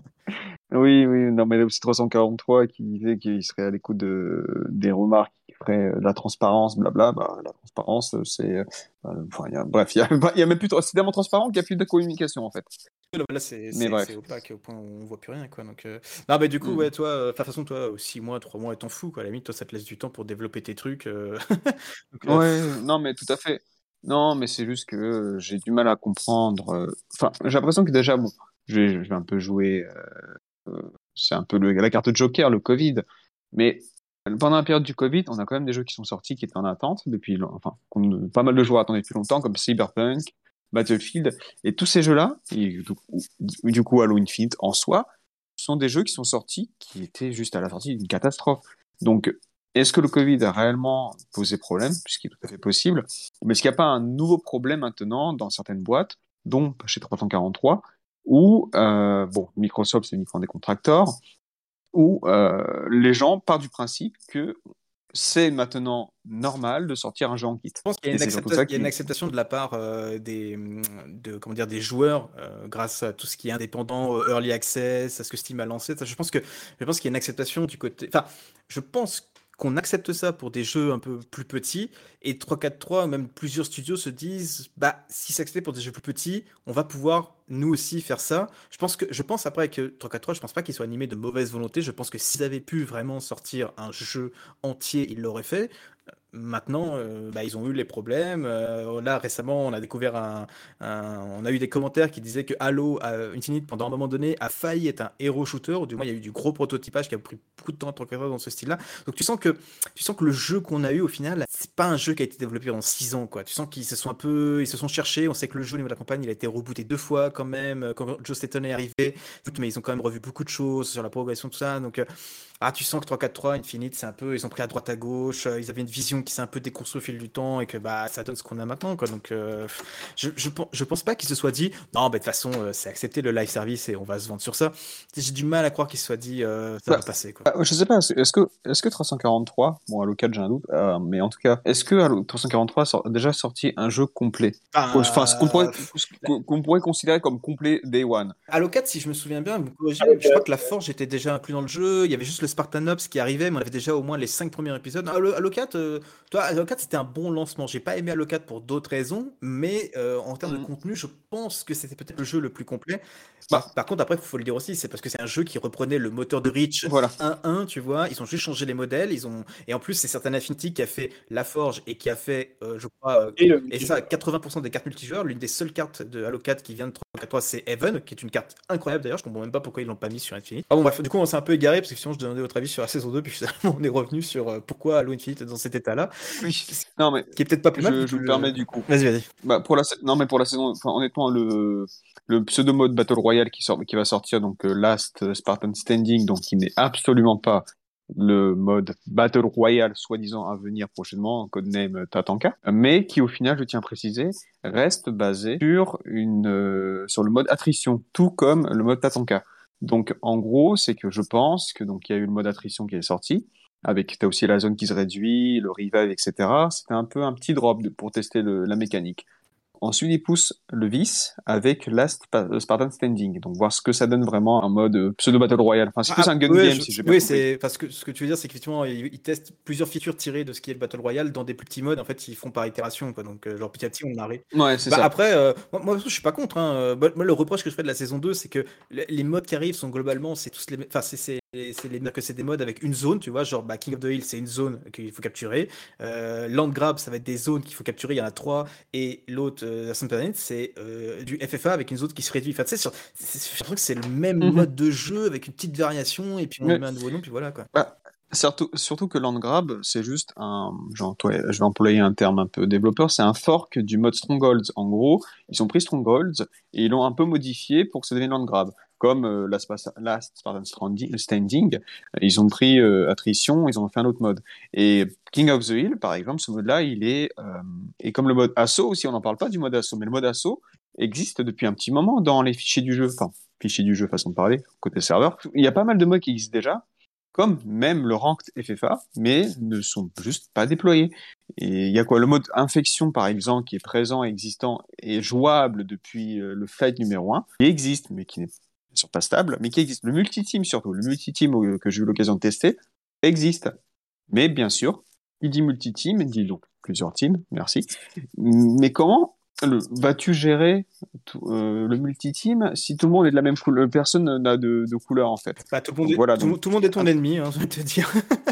oui, oui, non, mais aussi trois cent quarante-trois qui disait qu'il serait à l'écoute de, des remarques qui feraient euh, de la transparence, blabla. Bah, la transparence, euh, c'est, euh, euh, enfin, il y a, bref, il y a, il y a même plus, de- c'est tellement transparent qu'il n'y a plus de communication, en fait. Là, c'est Mais c'est- c'est bref. opaque au point où on voit plus rien, quoi. Donc, euh, non, mais du coup, ouais, Mm. toi, euh, enfin, de toute façon, toi, six mois, trois mois, et t'en fous, quoi. À la limite, toi, ça te laisse du temps pour développer tes trucs. euh. Donc, euh, Ouais, non, mais tout à fait. Non, mais c'est juste que euh, j'ai du mal à comprendre. euh, Enfin, j'ai l'impression que déjà, bon, je vais, je vais un peu jouer. euh, euh, c'est un peu le- la carte Joker, le Covid. Mais pendant la période du Covid, on a quand même des jeux qui sont sortis qui étaient en attente depuis, long- enfin, qu'on- pas mal de joueurs attendaient depuis longtemps, comme Cyberpunk, Battlefield, et tous ces jeux-là, et du coup, du coup, Halo Infinite en soi, sont des jeux qui sont sortis qui étaient juste à la sortie d'une catastrophe. Donc, est-ce que le Covid a réellement posé problème, puisqu'il est tout à fait possible, mais est-ce qu'il n'y a pas un nouveau problème maintenant dans certaines boîtes, dont chez trois cent quarante-trois, où, euh, bon, Microsoft, c'est uniquement des contracteurs, où euh, les gens partent du principe que c'est maintenant normal de sortir un jeu en kit. Je pense qu'il y a Et une, c'est surtout accepta- ça il y a une qui... acceptation de la part euh, des, hum, de, comment dire, des joueurs euh, grâce à tout ce qui est indépendant, euh, early access, à ce que Steam a lancé. Ça, je pense que, je pense qu'il y a une acceptation du côté. Enfin, je pense qu'on accepte ça pour des jeux un peu plus petits et trois quatre trois, même plusieurs studios se disent, bah, si c'est accepté pour des jeux plus petits, on va pouvoir nous aussi faire ça. Je pense que, je pense après que trois quatre trois, je pense pas qu'il soit animé de mauvaise volonté. Je pense que s'ils avaient pu vraiment sortir un jeu entier, ils l'auraient fait. Maintenant, euh, bah, ils ont eu les problèmes. Euh, là, récemment, on a découvert un, un- on a eu des commentaires qui disaient que Halo euh, Infinite, pendant un moment donné, a failli être un héros shooter, ou du moins, il y a eu du gros prototypage qui a pris beaucoup de temps à être dans ce style-là. Donc, tu sens que, tu sens que le jeu qu'on a eu au final, c'est pas un jeu qui a été développé en six ans, quoi. Tu sens qu'ils se sont un peu, ils se sont cherchés. On sait que le jeu au niveau de la campagne, il a été rebooté deux fois quand même. Quand Joe Staten est arrivé, mais ils ont quand même revu beaucoup de choses sur la progression, tout ça. Donc, euh, ah, tu sens que trois quatre trois, Infinite, c'est un peu, ils ont pris à droite à gauche, euh, ils avaient une vision qui s'est un peu déconstruite au fil du temps et que bah ça donne ce qu'on a maintenant, quoi. Donc, euh, je, je, pen- je pense pas qu'ils se soient dit, non, bah de toute façon, euh, c'est accepté le live service et on va se vendre sur ça. J'ai du mal à croire qu'ils se soient dit, euh, ça Bah, va passer, quoi. bah, je sais pas, est-ce que, est-ce que trois cent quarante-trois, bon, Halo quatre, j'ai un doute, euh, mais en tout cas, est-ce que Halo trois cent quarante-trois a déjà sorti un jeu complet? Enfin, ce qu'on pourrait, Enfin, ce qu'on pourrait considérer comme complet Day One. Halo quatre, si je me souviens bien, vous me corrigez, Ah, ok. je crois que la Forge était déjà inclus dans le jeu, il y avait juste le Spartan Ops qui arrivait, mais on avait déjà au moins les cinq premiers épisodes. Halo, Halo quatre, euh, toi, Halo quatre, c'était un bon lancement. J'ai pas aimé Halo quatre pour d'autres raisons, mais euh, en termes de Mm. contenu, je pense que c'était peut-être le jeu le plus complet. Bah, Par, par contre, après, il faut le dire aussi, c'est parce que c'est un jeu qui reprenait le moteur de Reach voilà. un un, tu vois, ils ont juste changé les modèles, ils ont... et en plus, c'est Certain Affinity qui a fait la Forge et qui a fait, euh, je crois, euh, Et le et c'est ça, multijoueur. quatre-vingts pour cent des cartes multijoueurs. L'une des seules cartes de Halo quatre qui vient de trois quatre trois, c'est Heaven, qui est une carte incroyable d'ailleurs. Je comprends même pas pourquoi ils l'ont pas mis sur Infinite. Ah bon, bref, du coup, on s'est un peu égaré parce que sinon, je demandais votre avis sur la saison deux, puis finalement, on est revenu sur euh, pourquoi Halo Infinite est dans cet état-là. Oui. Ce Non, mais qui est peut-être pas plus mal, vu je, je que me permets le. du coup. Vas-y, vas-y. Bah, pour la, sa- non, mais pour la saison, enfin, honnêtement, le, le pseudo mode Battle Royale qui sort, qui va sortir, donc, euh, Last Spartan Standing, donc, qui n'est absolument pas le mode Battle Royale, soi-disant à venir prochainement, codename Tatanka, mais qui, au final, je tiens à préciser, reste basé sur une, euh, sur le mode attrition, tout comme le mode Tatanka. Donc, en gros, c'est que je pense que, donc, il y a eu le mode attrition qui est sorti, avec, t'as aussi la zone qui se réduit, le revive, et cetera. C'était un peu un petit drop de- pour tester le- la mécanique. Ensuite, il pousse le vice avec Last Spa- euh, Spartan Standing. Donc, voir ce que ça donne vraiment en mode euh, pseudo Battle Royale. Enfin, c'est plus Ah, un gun ouais, game, je- si j'ai bien oui, compris. c'est parce que ce que tu veux dire, c'est qu'effectivement, ils, ils testent plusieurs features tirées de ce qui est le Battle Royale dans des plus petits modes. En fait, ils font par itération, quoi. Donc, euh, genre petit à petit, on arrive. Ouais, c'est Bah ça. après, euh, moi, moi, je suis pas contre, hein. Euh, Moi, moi, le reproche que je fais de la saison deux, c'est que les, les modes qui arrivent sont globalement, c'est tous les, mêmes- enfin, c'est c'est c'est les que c'est des modes avec une zone, tu vois, genre bah, King of the Hill, c'est une zone qu'il faut capturer. Euh, Land Grab, ça va être des zones qu'il faut capturer. Il y en a trois. Et l'autre, euh, Ascent Planet, c'est euh, du F F A avec une zone qui se réduit. Enfin, tu sais, sur- c'est- c'est- j'ai l'impression que c'est le même Mhm. mode de jeu avec une petite variation, et puis on lui Mais, met un nouveau nom, puis voilà quoi. bah, surtout, surtout que Land Grab, c'est juste un, genre, toi, je vais employer un terme un peu développeur, c'est un fork du mode Strongholds. En gros, ils ont pris Strongholds et ils l'ont un peu modifié pour que ça devienne Land Grab. Comme euh, Last, Spa- Last Spartan Strandi- Standing, ils ont pris euh, Attrition, ils ont fait un autre mode. Et King of the Hill, par exemple, ce mode-là, il est, euh, et comme le mode Assaut aussi, on n'en parle pas du mode Assaut, mais le mode Assaut existe depuis un petit moment dans les fichiers du jeu, enfin, fichiers du jeu façon de parler, côté serveur. Il y a pas mal de modes qui existent déjà, comme même le ranked F F A, mais ne sont juste pas déployés. Et il y a quoi? Le mode infection, par exemple, qui est présent, existant et jouable depuis euh, le fight numéro un, qui existe, mais qui n'est bien sûr pas stable, mais qui existe. Le multi-team surtout, le multi-team euh, que j'ai eu l'occasion de tester, existe. Mais bien sûr, il dit multi-team, il dit donc plusieurs teams, merci. Mais comment le- vas-tu gérer tout- euh, le multi-team si tout le monde est de la même couleur? Personne n'a de, de couleur en fait. Bah, tout le monde Donc est, voilà, tout, donc tout le monde est ton ennemi, hein, je vais te dire.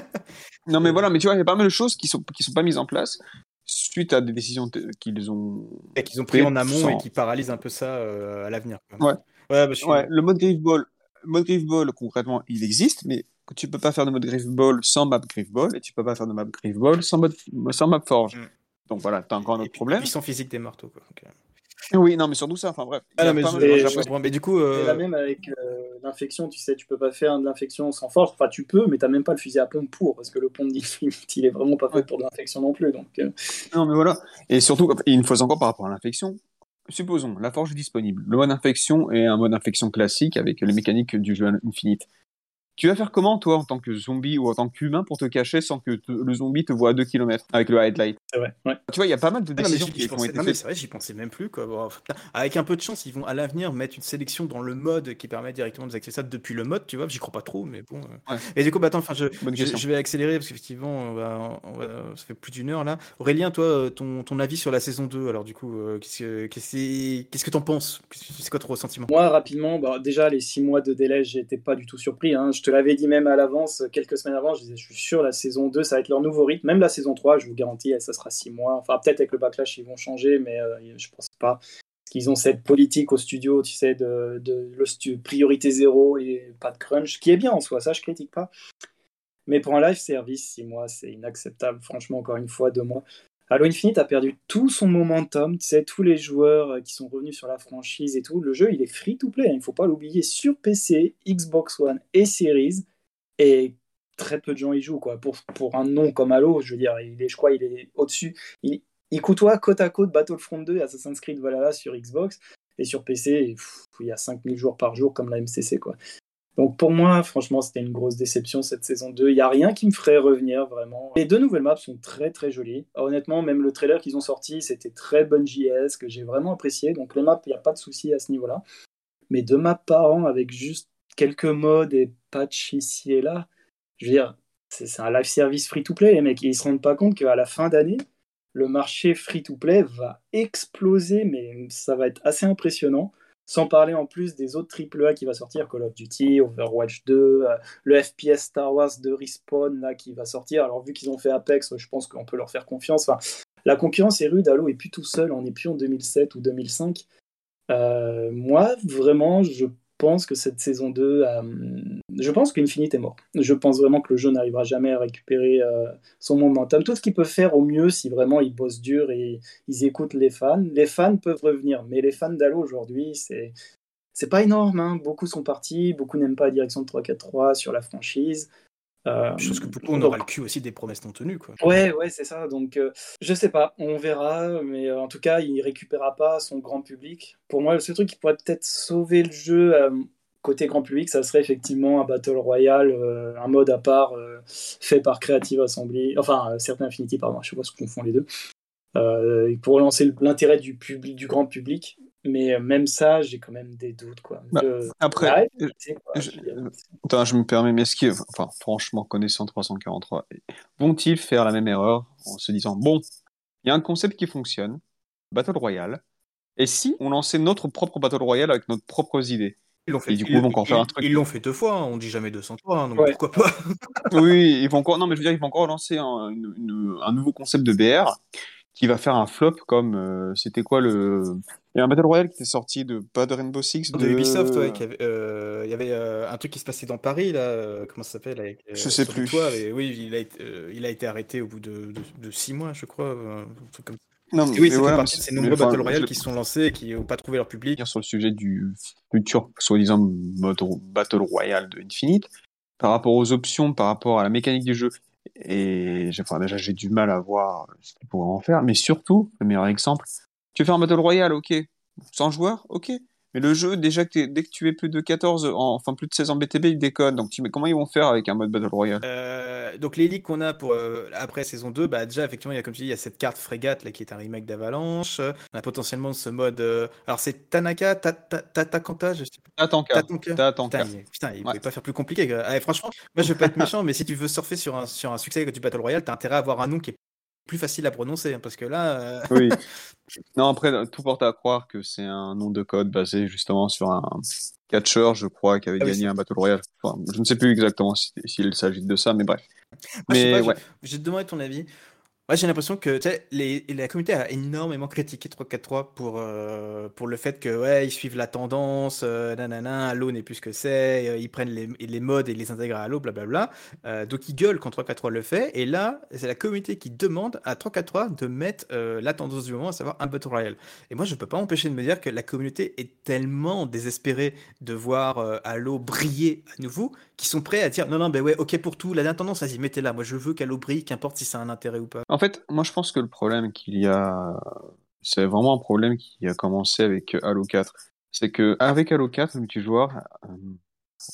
non, mais Euh, voilà, mais tu vois, il y a pas mal de choses qui sont, qui sont pas mises en place suite à des décisions t- qu'ils ont et qu'ils ont pris en faites amont et sans. qui paralysent un peu ça euh, à l'avenir, quoi. Ouais, Ouais, bah, je suis. ouais, le mode Griff Ball, le mode Griff Ball, concrètement, il existe, mais tu peux pas faire de mode Griff Ball sans map Griff Ball, et tu peux pas faire de map Griff Ball sans, mode, sans map Forge. Mm. Donc voilà, t'as encore un Et autre puis, et problème. puis sans physique des marteaux, quoi. Donc, euh. Oui, non, mais surtout ça, enfin bref, il Ah y non, a mais pas je, mal, je j'ai Et, comprends. Mais du coup, et la euh, même avec euh, l'infection, tu sais, tu peux pas faire de l'infection sans force. Enfin, tu peux, mais t'as même pas le fusil à pompe pour, parce que le pompe d'Infinite, il est vraiment pas fait ouais. pour de l'infection non plus. Donc, euh, Non, mais voilà. Et surtout, et une fois encore par rapport à l'infection, supposons, la forge est disponible. Le mode infection est un mode infection classique avec les mécaniques du jeu Infinite. Tu vas faire comment, toi, en tant que zombie ou en tant qu'humain, pour te cacher sans que te- le zombie te voit à deux kilomètres avec le headlight? C'est vrai, ouais. Tu vois, il y a pas mal de Ah non, mais décisions j'y, qui, j'y qui ont pensais, été non, mais faites. c'est vrai, j'y pensais même plus, quoi. Bon, putain, avec un peu de chance, ils vont à l'avenir mettre une sélection dans le mode qui permet directement de désactiver ça depuis le mode, tu vois. J'y crois pas trop, mais bon. euh. Ouais, Et du coup, bah attends, enfin, je, bonne je, question. je vais accélérer parce qu'effectivement, on va, on va- ça fait plus d'une heure là. Aurélien, toi, euh, ton, ton avis sur la saison deux, alors du coup, euh, qu'est-ce que, qu'est-ce que, qu'est-ce que t'en penses? Qu'est-ce que- C'est quoi ton ressentiment? Moi, rapidement, bah, déjà, les six mois de délai, j'étais pas du tout surpris, hein. Je te l'avais dit même à l'avance, quelques semaines avant, je disais, je suis sûr, la saison deux, ça va être leur nouveau rythme. Même la saison trois, je vous garantis, ça sera six mois. Enfin, peut-être avec le backlash, ils vont changer, mais euh, je pense pas. Parce qu'ils ont cette politique au studio, tu sais, de, de le stu- priorité zéro et pas de crunch, qui est bien en soi, ça, je critique pas. Mais pour un live service, six mois, c'est inacceptable. Franchement, encore une fois, deux mois. Halo Infinite a perdu tout son momentum. Tu sais, tous les joueurs euh, qui sont revenus sur la franchise et tout. Le jeu, il est free to play, hein, il ne faut pas l'oublier, sur P C, Xbox One et Series. Et très peu de gens y jouent, quoi. Pour, pour un nom comme Halo, je veux dire, il est, je crois il est au-dessus. Il, il côtoie côte à côte Battlefront deux et Assassin's Creed Valhalla sur Xbox. Et sur P C, pff, il y a cinq mille joueurs par jour comme la M C C, quoi. Donc pour moi, franchement, c'était une grosse déception cette saison deux. Il n'y a rien qui me ferait revenir vraiment. Les deux nouvelles maps sont très très jolies. Honnêtement, même le trailer qu'ils ont sorti, c'était très bonne J S, que j'ai vraiment apprécié. Donc les maps, il n'y a pas de souci à ce niveau-là. Mais deux maps par an avec juste quelques modes et patch ici et là, je veux dire, c'est, c'est un live service free-to-play, les mecs. Et ils se rendent pas compte qu'à la fin d'année, le marché free-to-play va exploser, mais ça va être assez impressionnant. Sans parler en plus des autres triple A qui va sortir, Call of Duty, Overwatch deux, euh, le F P S Star Wars de Respawn là, qui va sortir. Alors vu qu'ils ont fait Apex, je pense qu'on peut leur faire confiance. Enfin, la concurrence est rude, Halo est plus tout seul, on n'est plus en deux mille sept ou deux mille cinq. Euh, moi, vraiment, je pense que cette saison deux, euh, je pense qu'Infinite est mort. Je pense vraiment que le jeu n'arrivera jamais à récupérer euh, son momentum. Tout ce qu'il peut faire au mieux, si vraiment ils bossent dur et ils écoutent les fans, les fans peuvent revenir. Mais les fans d'Halo aujourd'hui, c'est c'est pas énorme, hein. Beaucoup sont partis, beaucoup n'aiment pas la direction de trois quatre trois sur la franchise. Euh, Je pense que beaucoup, on aura donc le cul aussi des promesses non tenues, quoi. Ouais, ouais, c'est ça. Donc, euh, je sais pas, on verra, mais euh, en tout cas, il récupérera pas son grand public. Pour moi, le seul truc qui pourrait peut-être sauver le jeu euh, côté grand public, ça serait effectivement un Battle Royale, euh, un mode à part euh, fait par Creative Assembly, enfin, euh, Certain Infinity, pardon, je sais pas ce qu'on confond les deux, euh, pour relancer l'intérêt du public, du grand public. Mais euh, même ça, j'ai quand même des doutes, quoi. Bah, Je... après, Ouais, je, c'est quoi, je- je veux dire. attends, je me permets, mais ce qui est, enfin, franchement, connaissant trois cent quarante-trois, vont-ils faire la même erreur en se disant, bon, il y a un concept qui fonctionne, Battle Royale, et si on lançait notre propre Battle Royale avec nos propres idées? Ils l'ont Et fait, du coup, ils ils, vont encore faire un ils- truc. ils l'ont fait deux fois, hein, on dit jamais deux cent trois, hein, donc Ouais, pourquoi pas. Oui, ils vont encore, non, mais je veux dire, ils vont encore lancer un, une- une- un nouveau concept de B R qui va faire un flop comme, euh, c'était quoi le, il y a un Battle Royale qui était sorti de, pas de Rainbow Six, De Ubisoft, ouais, de, qui avait, euh, il y avait euh, un truc qui se passait dans Paris, là, euh, comment ça s'appelle, avec, je euh, sais sur des toits, plus. mais oui, il a, été, euh, il a été arrêté au bout de, de, de six mois, je crois, euh, un truc comme ça. Non, Et oui, mais ça fait voilà, mais, partie de c'est- ces mais nombreux enfin, Battle je, Royale qui se sont lancés et qui n'ont pas trouvé leur public. sur le sujet du futur soi-disant mode Battle Royale de Infinite, par rapport aux options, par rapport à la mécanique du jeu, et j'ai- enfin, déjà j'ai du mal à voir ce qu'ils pourraient en faire, mais surtout, le meilleur exemple, tu fais un Battle Royale, ok, cent joueurs, ok, mais le jeu, déjà que t'es- dès que tu es plus de quatorze, en- enfin plus de seize en B T B, il déconne, donc tu, mais comment ils vont faire avec un mode Battle Royale? Euh, donc les leaks qu'on a pour euh, après saison deux, bah déjà effectivement il y a comme tu dis il y a cette carte frégate là qui est un remake d'Avalanche. On a potentiellement ce mode. euh, Alors c'est Tanaka, Ta- Ta- Tatakanta, je sais pas. Tatanka, Tatanka. Putain, Tatanka, il, putain, il ouais. pouvait pas faire plus compliqué, quoi. Allez, franchement, moi je vais pas être méchant, mais si tu veux surfer sur un sur un succès du Battle Royale, t'as intérêt à avoir un nom qui est plus facile à prononcer, hein, parce que là, euh, Oui. Non, après, tout porte à croire que c'est un nom de code basé justement sur un catcheur, je crois, qui avait ah oui, gagné c'est un Battle Royale. Enfin, je ne sais plus exactement si- s'il s'agit de ça, mais bref. Moi, je sais Mais pas, je, ouais, je vais te demander ton avis. Moi, j'ai l'impression que tu sais, les, la communauté a énormément critiqué trois quatre trois pour, euh, pour le fait que ouais, ils suivent la tendance, euh, nanana, Halo n'est plus ce que c'est, euh, ils prennent les, les modes et les intègrent à Halo, blablabla. Euh, donc ils gueulent quand trois quatre trois le fait, et là, c'est la communauté qui demande à trois quatre trois de mettre euh, la tendance du moment, à savoir un Battle Royale. Et moi, je peux pas m'empêcher de me dire que la communauté est tellement désespérée de voir euh, Halo briller à nouveau, qu'ils sont prêts à dire non, non, ben ouais, ok pour tout, la dernière tendance, vas-y, mettez-la. Moi, je veux qu'Halo brille, qu'importe si ça a un intérêt ou pas. en fait, moi je pense que le problème qu'il y a, c'est vraiment un problème qui a commencé avec Halo quatre. C'est que avec Halo quatre, le multijoueur, euh,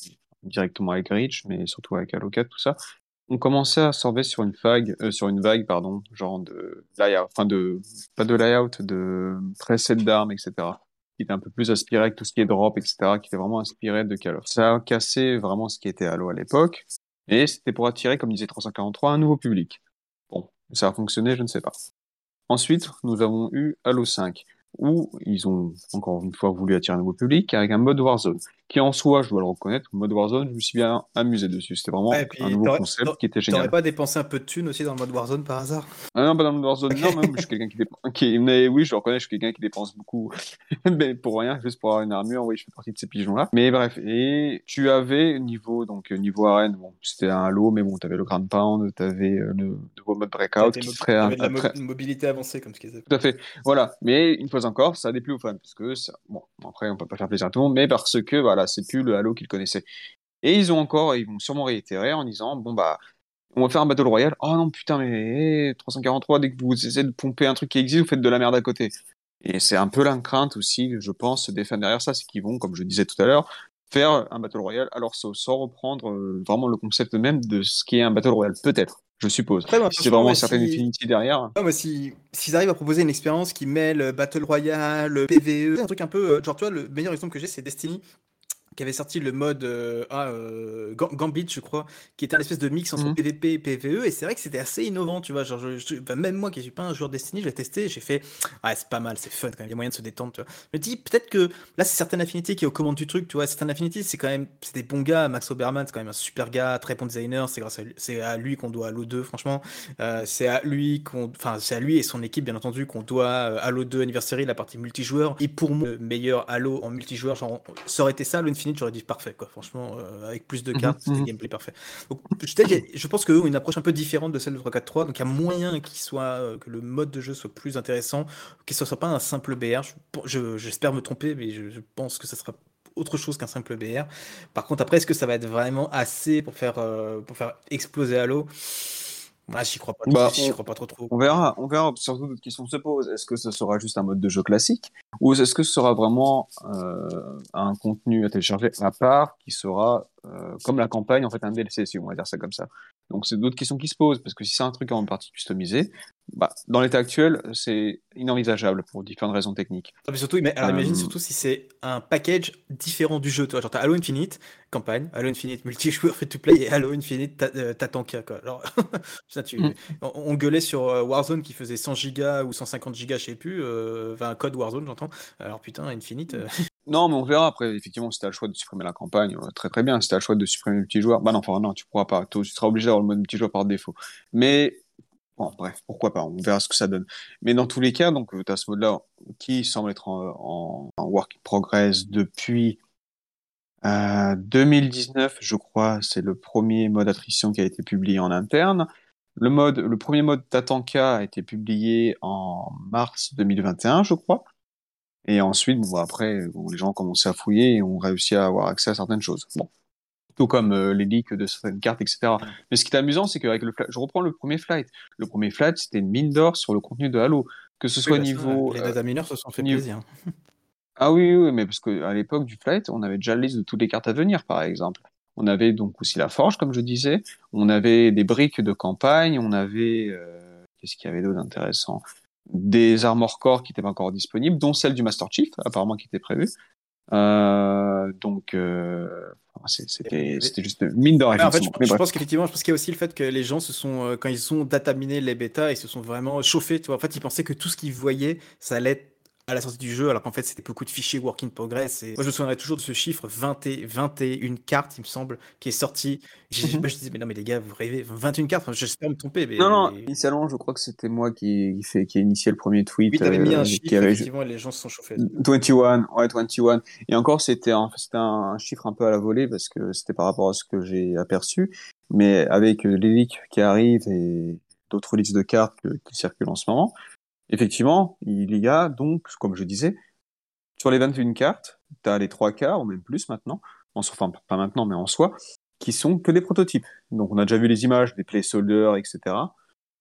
directement avec Reach, mais surtout avec Halo quatre, tout ça, on commençait à surfer sur une vague, euh, sur une vague, pardon, genre de layout, enfin de, pas de layout, de preset d'armes, et cetera, qui était un peu plus aspiré avec tout ce qui est drop, et cetera, qui était vraiment inspiré de Call of. Ça a cassé vraiment ce qui était Halo à l'époque, et c'était pour attirer, comme disait trois cent quarante-trois, un nouveau public. Bon, ça a fonctionné, je ne sais pas. Ensuite, nous avons eu Halo cinq, où ils ont encore une fois voulu attirer un nouveau public avec un mode Warzone, qui en soi, je dois le reconnaître, le mode Warzone, je me suis bien amusé dessus. C'était vraiment Ouais, et un puis nouveau t'aurais concept t'a- qui était t'aurais génial. pas dépensé un peu de thunes aussi dans le mode Warzone par hasard? Ah non, pas dans le Warzone, non, même, je suis quelqu'un qui dépense, qui, mais oui, je le reconnais, je suis quelqu'un qui dépense beaucoup, mais pour rien, juste pour avoir une armure, oui, je fais partie de ces pigeons-là. Mais bref, et tu avais niveau, donc, niveau arène, bon, c'était un Halo, mais bon, t'avais le Ground Pound, t'avais euh, le nouveau mode T'avais Breakout, des qui mobi- serait un, t'avais de la un mo- très, une mobilité avancée, comme ce qu'ils appellent. tout à fait. Voilà. Mais une fois encore, ça a déplu aux fans parce que ça, bon, après, on peut pas faire plaisir à tout le monde, mais parce que voilà, c'est plus le Halo qu'ils connaissaient. Et ils ont encore, ils vont sûrement réitérer en disant, bon bah, on va faire un Battle Royale. Oh non, putain, mais eh, trois cent quarante-trois, dès que vous essayez de pomper un truc qui existe, vous faites de la merde à côté. Et c'est un peu la crainte aussi, je pense, des fans derrière ça, c'est qu'ils vont, comme je disais tout à l'heure, faire un Battle Royale alors sans, sans reprendre euh, vraiment le concept même de ce qu'est un Battle Royale, peut-être, je suppose. Après, moi, Si c'est franchement, vraiment moi, une certaine si, Infinity derrière. ah, moi, si, s'ils arrivent à proposer une expérience qui mêle Battle Royale, P V E, un truc un peu, euh, genre, tu vois, le meilleur exemple que j'ai, c'est Destiny, qui avait sorti le mode euh, ah, euh, Gam- Gambit, je crois, qui était un espèce de mix entre Mhm. P V P et P V E, et c'est vrai que c'était assez innovant, tu vois. Genre, je- je- enfin, même moi qui suis pas un joueur Destiny, je l'ai testé, j'ai fait, ouais, c'est pas mal, c'est fun quand même, il y a moyen de se détendre, tu vois. Je me dis, peut-être que là, c'est Certain Affinity qui est aux commandes du truc, tu vois. Certain Affinity, c'est quand même, c'est des bons gars. Max Oberman, c'est quand même un super gars, très bon designer, c'est grâce à lui, c'est à lui qu'on doit Halo deux, franchement. Euh, c'est à lui qu'on, enfin, c'est à lui et son équipe, bien entendu, qu'on doit euh, Halo deux Anniversary, la partie multijoueur. Et pour moi, le meilleur Halo en multijoueur, genre, ça aurait été ça, Halo Infinite, j'aurais dit parfait, quoi. Franchement, euh, avec plus de Mhm. cartes, c'était Mhm. gameplay parfait. Donc, je, je pense qu'eux ont une approche un peu différente de celle de trois quatre trois. Donc, il y a moyen qu'il soit, euh, que le mode de jeu soit plus intéressant, que ce soit pas un simple B R. Je- je- J'espère me tromper, mais je, je pense que ça sera autre chose qu'un simple B R. Par contre, après, est-ce que ça va être vraiment assez pour faire, euh, pour faire exploser Halo? Moi, j'y crois pas, Bah, j'y on, crois pas trop trop. on verra, on verra. Surtout, d'autres questions se posent. Est-ce que ce sera juste un mode de jeu classique ou est-ce que ce sera vraiment euh, un contenu à télécharger à part qui sera euh, comme la campagne, en fait, un D L C, si on va dire ça comme ça. Donc, c'est d'autres questions qui se posent parce que si c'est un truc en partie customisé, bah, dans l'état actuel, c'est inenvisageable pour différentes raisons techniques. Ah, mais surtout, ima- alors imagine Euh, surtout si c'est un package différent du jeu, toi. Genre, t'as Halo Infinite, campagne, Halo Infinite multijoueur free-to-play et Halo Infinite ta- euh, Tatanka, quoi. Alors, ça, tu, on, on gueulait sur euh, Warzone qui faisait cent gigas ou cent cinquante gigas, je sais plus, euh, enfin, un code Warzone, j'entends. Alors, putain, Infinite. euh, Non, mais on verra après. Effectivement, si t'as le choix de supprimer la campagne, euh, très très bien. Si t'as le choix de supprimer le multijoueur, bah non, enfin non, tu pourras pas. Tu seras obligé d'avoir le mode multijoueur par défaut. Mais bon, bref, pourquoi pas. On verra ce que ça donne. Mais dans tous les cas, donc tu as ce mode-là qui semble être en, en, en work in progress depuis euh, deux mille dix-neuf, je crois. C'est le premier mode attrition qui a été publié en interne. Le mode, le premier mode Tatanka a été publié en mars deux mille vingt et un, je crois. Et ensuite, bon, après, bon, les gens ont commencé à fouiller et ont réussi à avoir accès à certaines choses. Bon, tout comme euh, les leaks de certaines cartes, et cetera. Mais ce qui est amusant, c'est qu'avec le flight, je reprends le premier flight. Le premier flight, c'était une mine d'or sur le contenu de Halo, que ce Oui, soit bah ça, niveau, les euh, data mineurs se sont fait niveau... plaisir. Ah oui, oui, oui, mais parce que à l'époque du flight, on avait déjà la liste de toutes les cartes à venir, par exemple. On avait donc aussi la forge, comme je disais. On avait des briques de campagne. On avait euh, qu'est-ce qu'il y avait d'autre d'intéressant? Des armor core qui n'étaient pas encore disponibles, dont celle du Master Chief, apparemment qui était prévue. Euh, donc, euh, c'est- c'était, c'était juste une mine d'or, Ouais, en fait, je, effectivement. Mais je bref. pense qu'effectivement, je pense qu'il y a aussi le fait que les gens se sont, euh, quand ils ont dataminé les bêtas, ils se sont vraiment chauffés. Tu vois, en fait, ils pensaient que tout ce qu'ils voyaient, ça allait être à la sortie du jeu, alors qu'en fait, c'était beaucoup de fichiers work in progress. Et moi, je me souviendrai toujours de ce chiffre vingt et, vingt et une cartes, il me semble, qui est sorti. J'ai- Mhm. moi, je disais, mais non, mais les gars, vous rêvez, vingt et une cartes, enfin, j'espère me tromper, Non, non, mais initialement, je crois que c'était moi qui, qui fait, qui a initié le premier oui, tweet, t'avais mis un euh, qui chiffre, avait effectivement, et les gens se sont chauffés. vingt et un, ouais, vingt et un. Et encore, c'était un, c'était un chiffre un peu à la volée parce que c'était par rapport à ce que j'ai aperçu. Mais avec euh, les leaks qui arrivent et d'autres listes de cartes que- qui circulent en ce moment, effectivement, il y a donc, comme je disais, sur les vingt et une cartes, tu as les trois quarts, ou même plus maintenant, en soi, enfin pas maintenant, mais en soi, qui sont que des prototypes. Donc on a déjà vu les images des placeholders, et cetera.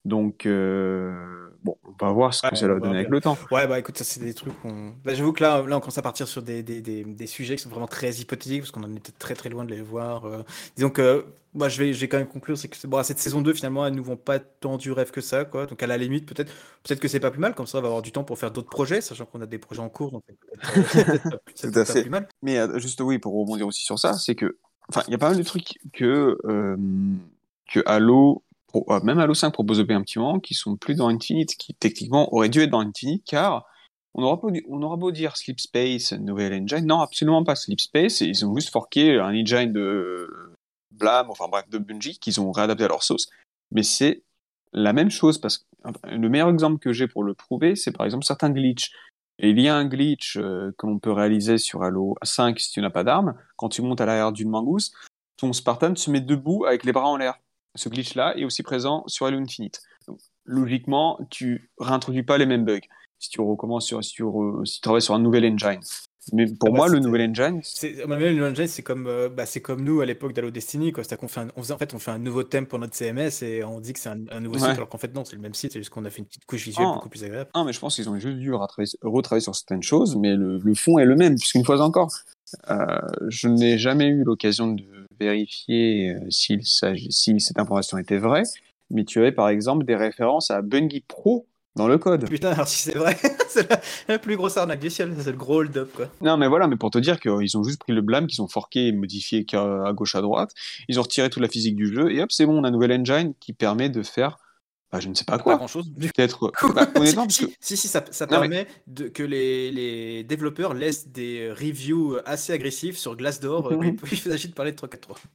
Donc, euh, bon, on va voir ce Ouais, que ça on va verra donner avec bien. le temps. Ouais, bah écoute, ça c'est des trucs qu'on. Bah, j'avoue que là, là, on commence à partir sur des, des, des, des sujets qui sont vraiment très hypothétiques parce qu'on en était très très loin de les voir. euh. Disons que moi, je vais, je vais quand même conclure, c'est que bon, cette saison deux finalement, elles nous vont pas tant du rêve que ça, quoi. Donc à la limite, peut-être, peut-être que c'est pas plus mal. Comme ça, on va avoir du temps pour faire d'autres projets, sachant qu'on a des projets en cours, donc c'est peut-être, euh, c'est peut-être pas, c'est Tout à peut-être pas fait. plus mal. Mais euh, juste oui, pour rebondir aussi sur ça, c'est que, enfin, il y a pas mal de trucs que euh, que Halo, pro- euh, même Halo cinq propose depuis un petit moment, qui sont plus dans Infinite, qui techniquement auraient dû être dans Infinite, car on aura beau, on aura beau dire Sleep Space, nouvelle engine, non, absolument pas. Sleep Space, ils ont juste forqué un engine de Blam, enfin bref, de Bungie, qu'ils ont réadapté à leur sauce. Mais c'est la même chose, parce que enfin, le meilleur exemple que j'ai pour le prouver, c'est par exemple certains glitches. Et il y a un glitch euh, que l'on peut réaliser sur Halo cinq si tu n'as pas d'arme. Quand tu montes à l'arrière d'une mangouste, ton Spartan se met debout avec les bras en l'air. Ce glitch-là est aussi présent sur Halo Infinite. Donc, logiquement, tu réintroduis pas les mêmes bugs si tu recommences sur, si tu, re- si tu travailles sur un nouvel engine. Mais Ah pour bah moi, le nouvel c'était. engine, C'est, moi, même le Engine, c'est comme, euh, bah, c'est comme nous à l'époque d'Halo Destiny, quoi. C'est-à-dire qu'on fait un, on faisait, en fait, on fait un nouveau thème pour notre C M S et on dit que c'est un, un nouveau site, ouais. alors qu'en fait, non, c'est le même site, c'est juste qu'on a fait une petite couche visuelle Non, beaucoup plus agréable. non, mais je pense qu'ils ont juste dû retravailler, retravailler sur certaines choses, mais le, le fond est le même, puisqu'une fois encore, euh, je n'ai jamais eu l'occasion de vérifier euh, s'il s'agit- si cette information était vraie, mais tu avais par exemple des références à Bungie Pro dans le code. Putain, alors si c'est vrai, c'est la, la plus grosse arnaque du ciel, c'est le gros hold-up, quoi. Non, mais voilà, mais pour te dire qu'ils ont juste pris le blâme, qu'ils ont forqué et modifié qu'à à gauche à droite, ils ont retiré toute la physique du jeu, et hop, c'est bon, on a un nouvel engine qui permet de faire, bah, je ne sais pas Pas quoi. grand-chose. Du Peut-être, coup, bah, si, honnêtement, parce que, si, si, si, ça, ça non mais, permet de, que les, les développeurs laissent des reviews assez agressifs sur Glassdoor euh, quand il, il s'agit de parler de trois quatre trois.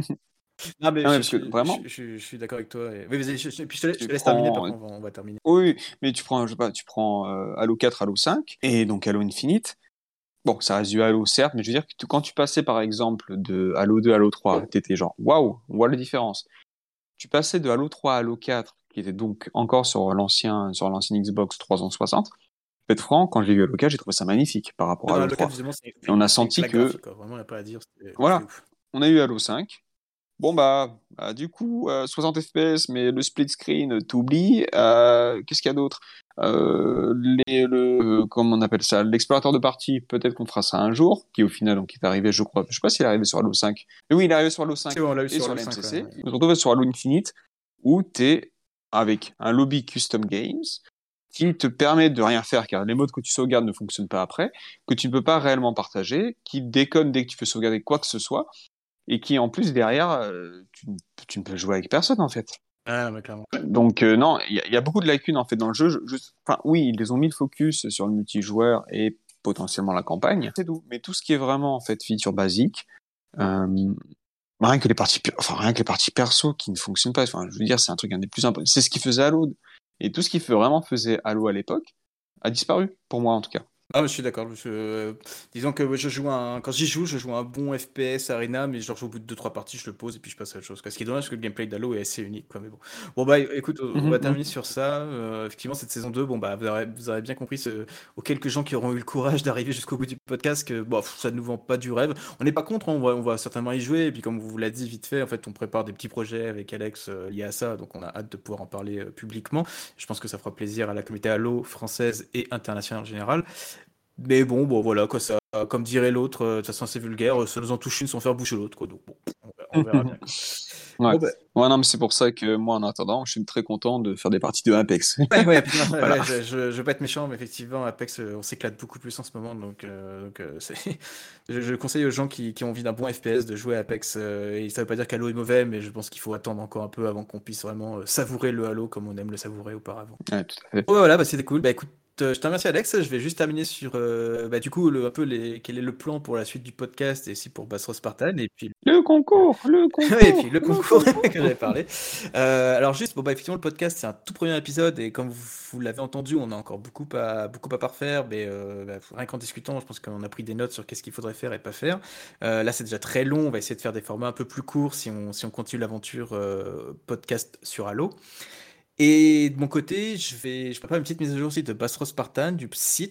Non, mais non mais je, parce que je, je, vraiment, je- je suis d'accord avec toi. et- Oui, vas-y, je, je- puis je te, laisse je tu te laisse terminer, par prends, contre, on va, on va terminer. oui, mais tu prends, je sais pas, tu prends euh, Halo quatre, Halo cinq, et donc Halo Infinite. Bon, ça reste du Halo, certes, mais je veux dire que tu- quand tu passais par exemple de Halo deux à Halo trois, t'étais genre, waouh, on voit la différence. Tu passais de Halo trois à Halo quatre, qui était donc encore sur l'ancien, sur l'ancienne Xbox trois cent soixante. Peut être franc, quand j'ai vu Halo quatre, j'ai trouvé ça magnifique par rapport à Non, Halo le quatre, trois. visiblement, c'est Et c'est on une, a c'est une senti claque que, graphique, quoi. Vraiment, il n'y a pas à dire, c'est c'est voilà, ouf. on a eu Halo cinq. Bon bah, bah, du coup, euh, soixante F P S, mais le split screen, euh, t'oublies. Euh, qu'est-ce qu'il y a d'autre? Euh, les, le, comment on appelle ça? L'explorateur de partie, peut-être qu'on fera ça un jour, qui au final donc est arrivé, je crois. Je sais pas s'il est arrivé sur Halo cinq. Mais oui, il est arrivé sur Halo cinq C'est bon, on l'a eu et sur sur Halo la cinq, ouais, M C C. ouais. On se retrouve sur Halo Infinite, où t'es avec un lobby custom games qui te permet de rien faire car les modes que tu sauvegardes ne fonctionnent pas après, que tu ne peux pas réellement partager, qui déconne dès que tu veux sauvegarder quoi que ce soit, et qui en plus derrière, euh, tu, ne- tu ne peux jouer avec personne en fait. Ah, non, mais clairement. Donc euh, non, il y, a- il y a beaucoup de lacunes en fait dans le jeu. Je- je- Enfin oui, ils les ont mis le focus sur le multijoueur et potentiellement la campagne. C'est tout. Mais tout ce qui est vraiment en fait feature basique, euh, rien que les parties, per- enfin rien que les parties perso qui ne fonctionnent pas. Enfin, je veux dire, c'est un truc un des plus importants. C'est ce qui faisait Halo. Et tout ce qui fait vraiment faisait Halo à l'époque a disparu pour moi en tout cas. Ah, mais je suis d'accord. je- euh, Disons que ouais, je joue un... quand j'y joue, je joue un bon F P S Arena, mais genre au bout de deux trois parties, je le pose et puis je passe à autre chose, quoi. Ce qui est dommage parce que le gameplay d'Halo est assez unique, quoi. Mais bon. Bon, bah écoute, on Mhm, va terminer mhm. sur ça. Euh, effectivement, cette saison deux, bon, bah vous aurez, vous aurez bien compris, ce... aux quelques gens qui auront eu le courage d'arriver jusqu'au bout du podcast, que bon, pff, ça ne nous vend pas du rêve. On n'est pas contre, hein, on va, on va certainement y jouer. Et puis, comme vous l'a dit vite fait, en fait, on prépare des petits projets avec Alex euh, liés à ça, donc on a hâte de pouvoir en parler euh, publiquement. Je pense que ça fera plaisir à la communauté Halo française et internationale en général. Mais bon, bon voilà, quoi, ça, comme dirait l'autre, euh, de toute façon c'est vulgaire, euh, ça nous en touche une sans faire boucher l'autre, quoi. Donc bon, on verra, on verra bien, quoi. Ouais. Bon, bah, Ouais, non, mais c'est pour ça que moi, en attendant, je suis très content de faire des parties de Apex. ouais, ouais, puis non, ouais, Voilà. ouais, je, je, je veux pas être méchant, mais effectivement, Apex, euh, on s'éclate beaucoup plus en ce moment, donc, euh, donc euh, c'est... je, je conseille aux gens qui, qui ont envie d'un bon F P S de jouer à Apex, euh, et ça veut pas dire qu'Halo est mauvais, mais je pense qu'il faut attendre encore un peu avant qu'on puisse vraiment euh, savourer le Halo comme on aime le savourer auparavant. Ouais, tout à fait. Ouais, voilà, bah, c'était cool. Bah écoute, euh, je te remercie Alex. Je vais juste terminer sur euh, bah, du coup le, un peu les, quel est le plan pour la suite du podcast et aussi pour Bassros Spartan et puis Le concours, le ouais, et puis concours, le le concours concours. que j'avais parlé. Euh, alors juste, bon bah effectivement le podcast c'est un tout premier épisode et comme vous, vous l'avez entendu, on a encore beaucoup à beaucoup à parfaire, mais euh, bah, rien qu'en discutant, je pense qu'on a pris des notes sur qu'est-ce qu'il faudrait faire et pas faire. Euh, là c'est déjà très long, on va essayer de faire des formats un peu plus courts si on si on continue l'aventure euh, podcast sur Halo. Et de mon côté, je vais, je prépare une petite mise à jour aussi de Bassros Spartan, du site,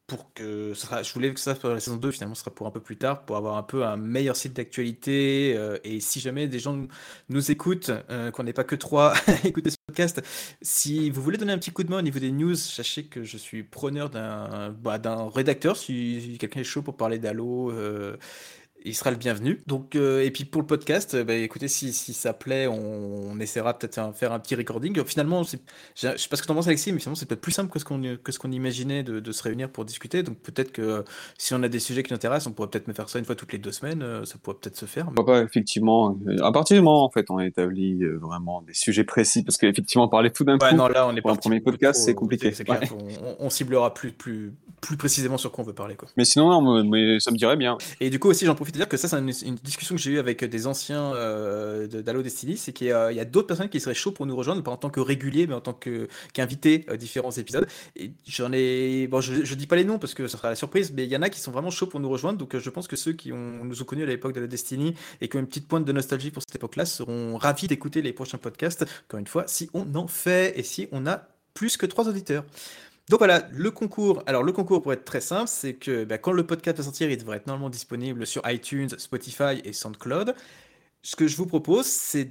pour que ça sera, je voulais que ça pour la saison deux, finalement, ce sera pour un peu plus tard, pour avoir un peu un meilleur site d'actualité. Euh, et si jamais des gens nous, nous écoutent, euh, qu'on n'est pas que trois à écouter ce podcast, si vous voulez donner un petit coup de main au niveau des news, sachez que je suis preneur d'un bah, d'un rédacteur. Si, si quelqu'un est chaud pour parler d'Halo, euh, il sera le bienvenu. Donc, euh, et puis pour le podcast, euh, bah, écoutez, si, si ça plaît, on, on essaiera peut-être de faire un petit recording. Euh, Finalement, c'est, je sais pas ce que t'en penses, Alexis, mais finalement, c'est peut-être plus simple que ce qu'on que ce qu'on imaginait de, de se réunir pour discuter. Donc peut-être que euh, si on a des sujets qui nous intéressent, on pourrait peut-être me faire ça une fois toutes les deux semaines. euh, ça pourrait peut-être se faire. mais- Pourquoi pas, effectivement, euh, à partir du moment, en fait, on établit euh, vraiment des sujets précis, parce qu'effectivement, parler tout d'un Ouais, coup non, là, on est pour un parti premier beaucoup podcast, c'est trop. C'est compliqué. c'est Ouais. clair qu'on on, on ciblera plus, plus, plus précisément sur quoi on veut parler, quoi. Mais sinon, non, mais mais ça me dirait bien. Et du coup aussi j'en profite de dire que ça c'est une, une discussion que j'ai eue avec des anciens euh, de- d'Halo Destiny, c'est qu'il y a, il y a d'autres personnes qui seraient chauds pour nous rejoindre, pas en tant que réguliers, mais en tant que qu'invités à différents épisodes. Et j'en ai, bon je, je dis pas les noms parce que ça sera la surprise, mais il y en a qui sont vraiment chauds pour nous rejoindre, donc euh, je pense que ceux qui ont, nous ont connus à l'époque de la Destiny et qui ont une petite pointe de nostalgie pour cette époque-là seront ravis d'écouter les prochains podcasts, encore une fois, si on en fait et si on a plus que trois auditeurs. Donc voilà, le concours. Alors le concours pour être très simple, c'est que bah, quand le podcast va sortir, il devrait être normalement disponible sur iTunes, Spotify et SoundCloud. Ce que je vous propose, c'est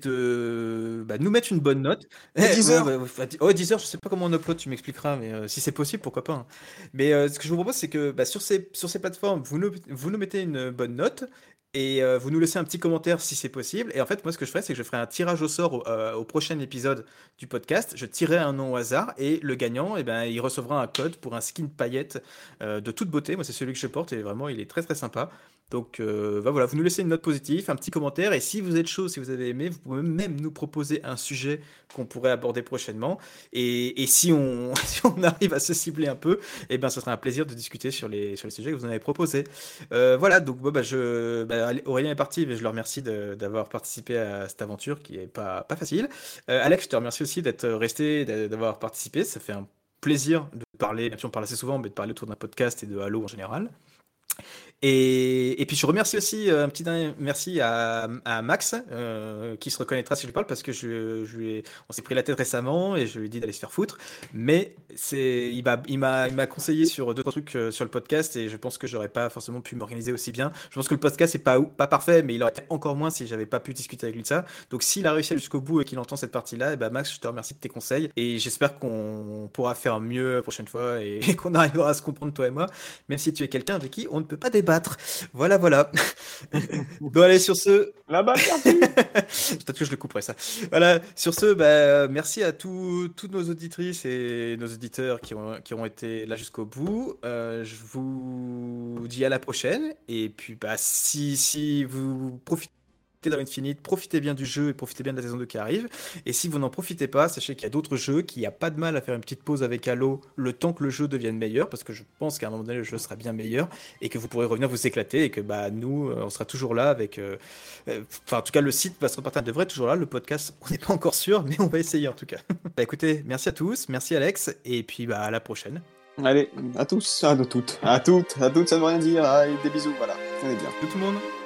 de bah, nous mettre une bonne note. Et Eh, dix ouais, heures. ouais, ouais, oh, dix heures, je sais pas comment on upload, tu m'expliqueras, mais euh, si c'est possible, pourquoi pas. hein. Mais euh, ce que je vous propose, c'est que bah, sur ces, sur ces plateformes, vous nous, vous nous mettez une bonne note et euh, vous nous laissez un petit commentaire si c'est possible. Et en fait, moi, ce que je ferai, c'est que je ferai un tirage au sort au, euh, au prochain épisode du podcast. Je tirerai un nom au hasard et le gagnant, eh ben, il recevra un code pour un skin paillette euh, de toute beauté. Moi, c'est celui que je porte et vraiment, il est très très sympa. Donc euh, bah voilà, vous nous laissez une note positive, un petit commentaire, et si vous êtes chaud, si vous avez aimé, vous pouvez même nous proposer un sujet qu'on pourrait aborder prochainement. Et, et si, on, si on arrive à se cibler un peu, eh ben, ce sera un plaisir de discuter sur les, sur les sujets que vous en avez proposés. Euh, voilà, donc bon, bah, je, bah, Aurélien est parti, mais je le remercie de- d'avoir participé à cette aventure qui est pas, pas facile. Euh, Alex, je te remercie aussi d'être resté, d'a- d'avoir participé. Ça fait un plaisir de parler, bien sûr on parle assez souvent, mais de parler autour d'un podcast et de Halo en général. Et, et puis je remercie aussi euh, un petit dernier merci à, à Max euh, qui se reconnaîtra si je lui parle parce que je, je lui ai- on s'est pris la tête récemment et je lui ai dit d'aller se faire foutre. Mais c'est il m'a il m'a il m'a conseillé sur deux trois trucs euh, sur le podcast et je pense que j'aurais pas forcément pu m'organiser aussi bien. Je pense que le podcast est pas ou- pas parfait, mais il aurait été encore moins si j'avais pas pu discuter avec lui de ça. Donc s'il a réussi à aller jusqu'au bout et qu'il entend cette partie-là, et ben Max, je te remercie de tes conseils et j'espère qu'on pourra faire mieux la prochaine fois et, et qu'on arrivera à se comprendre toi et moi même si tu es quelqu'un avec qui on ne peut pas débattre. Voilà, voilà. Bon, allez, sur ce. La balle perdue. Peut-être que je le couperai, ça. Voilà, sur ce, bah, merci à tous, toutes nos auditrices et nos auditeurs qui ont, qui ont été là jusqu'au bout. Euh, je vous dis à la prochaine. Et puis, bah, si, si vous profitez dans Infinite, profitez bien du jeu et profitez bien de la saison deux qui arrive. Et si vous n'en profitez pas, sachez qu'il y a d'autres jeux, qu'il n'y a pas de mal à faire une petite pause avec Halo le temps que le jeu devienne meilleur, parce que je pense qu'à un moment donné, le jeu sera bien meilleur et que vous pourrez revenir vous éclater et que bah, nous, euh, on sera toujours là avec. euh, euh, Enfin, en tout cas, le site va se repartir devrait être toujours là. Le podcast, on n'est pas encore sûr, mais on va essayer en tout cas. Bah, écoutez, merci à tous, merci Alex, et puis bah, à la prochaine. Allez, à tous, à toutes, à toutes, à toutes, ça ne veut rien dire. Allez, des bisous, voilà, on est bien. Tout le monde.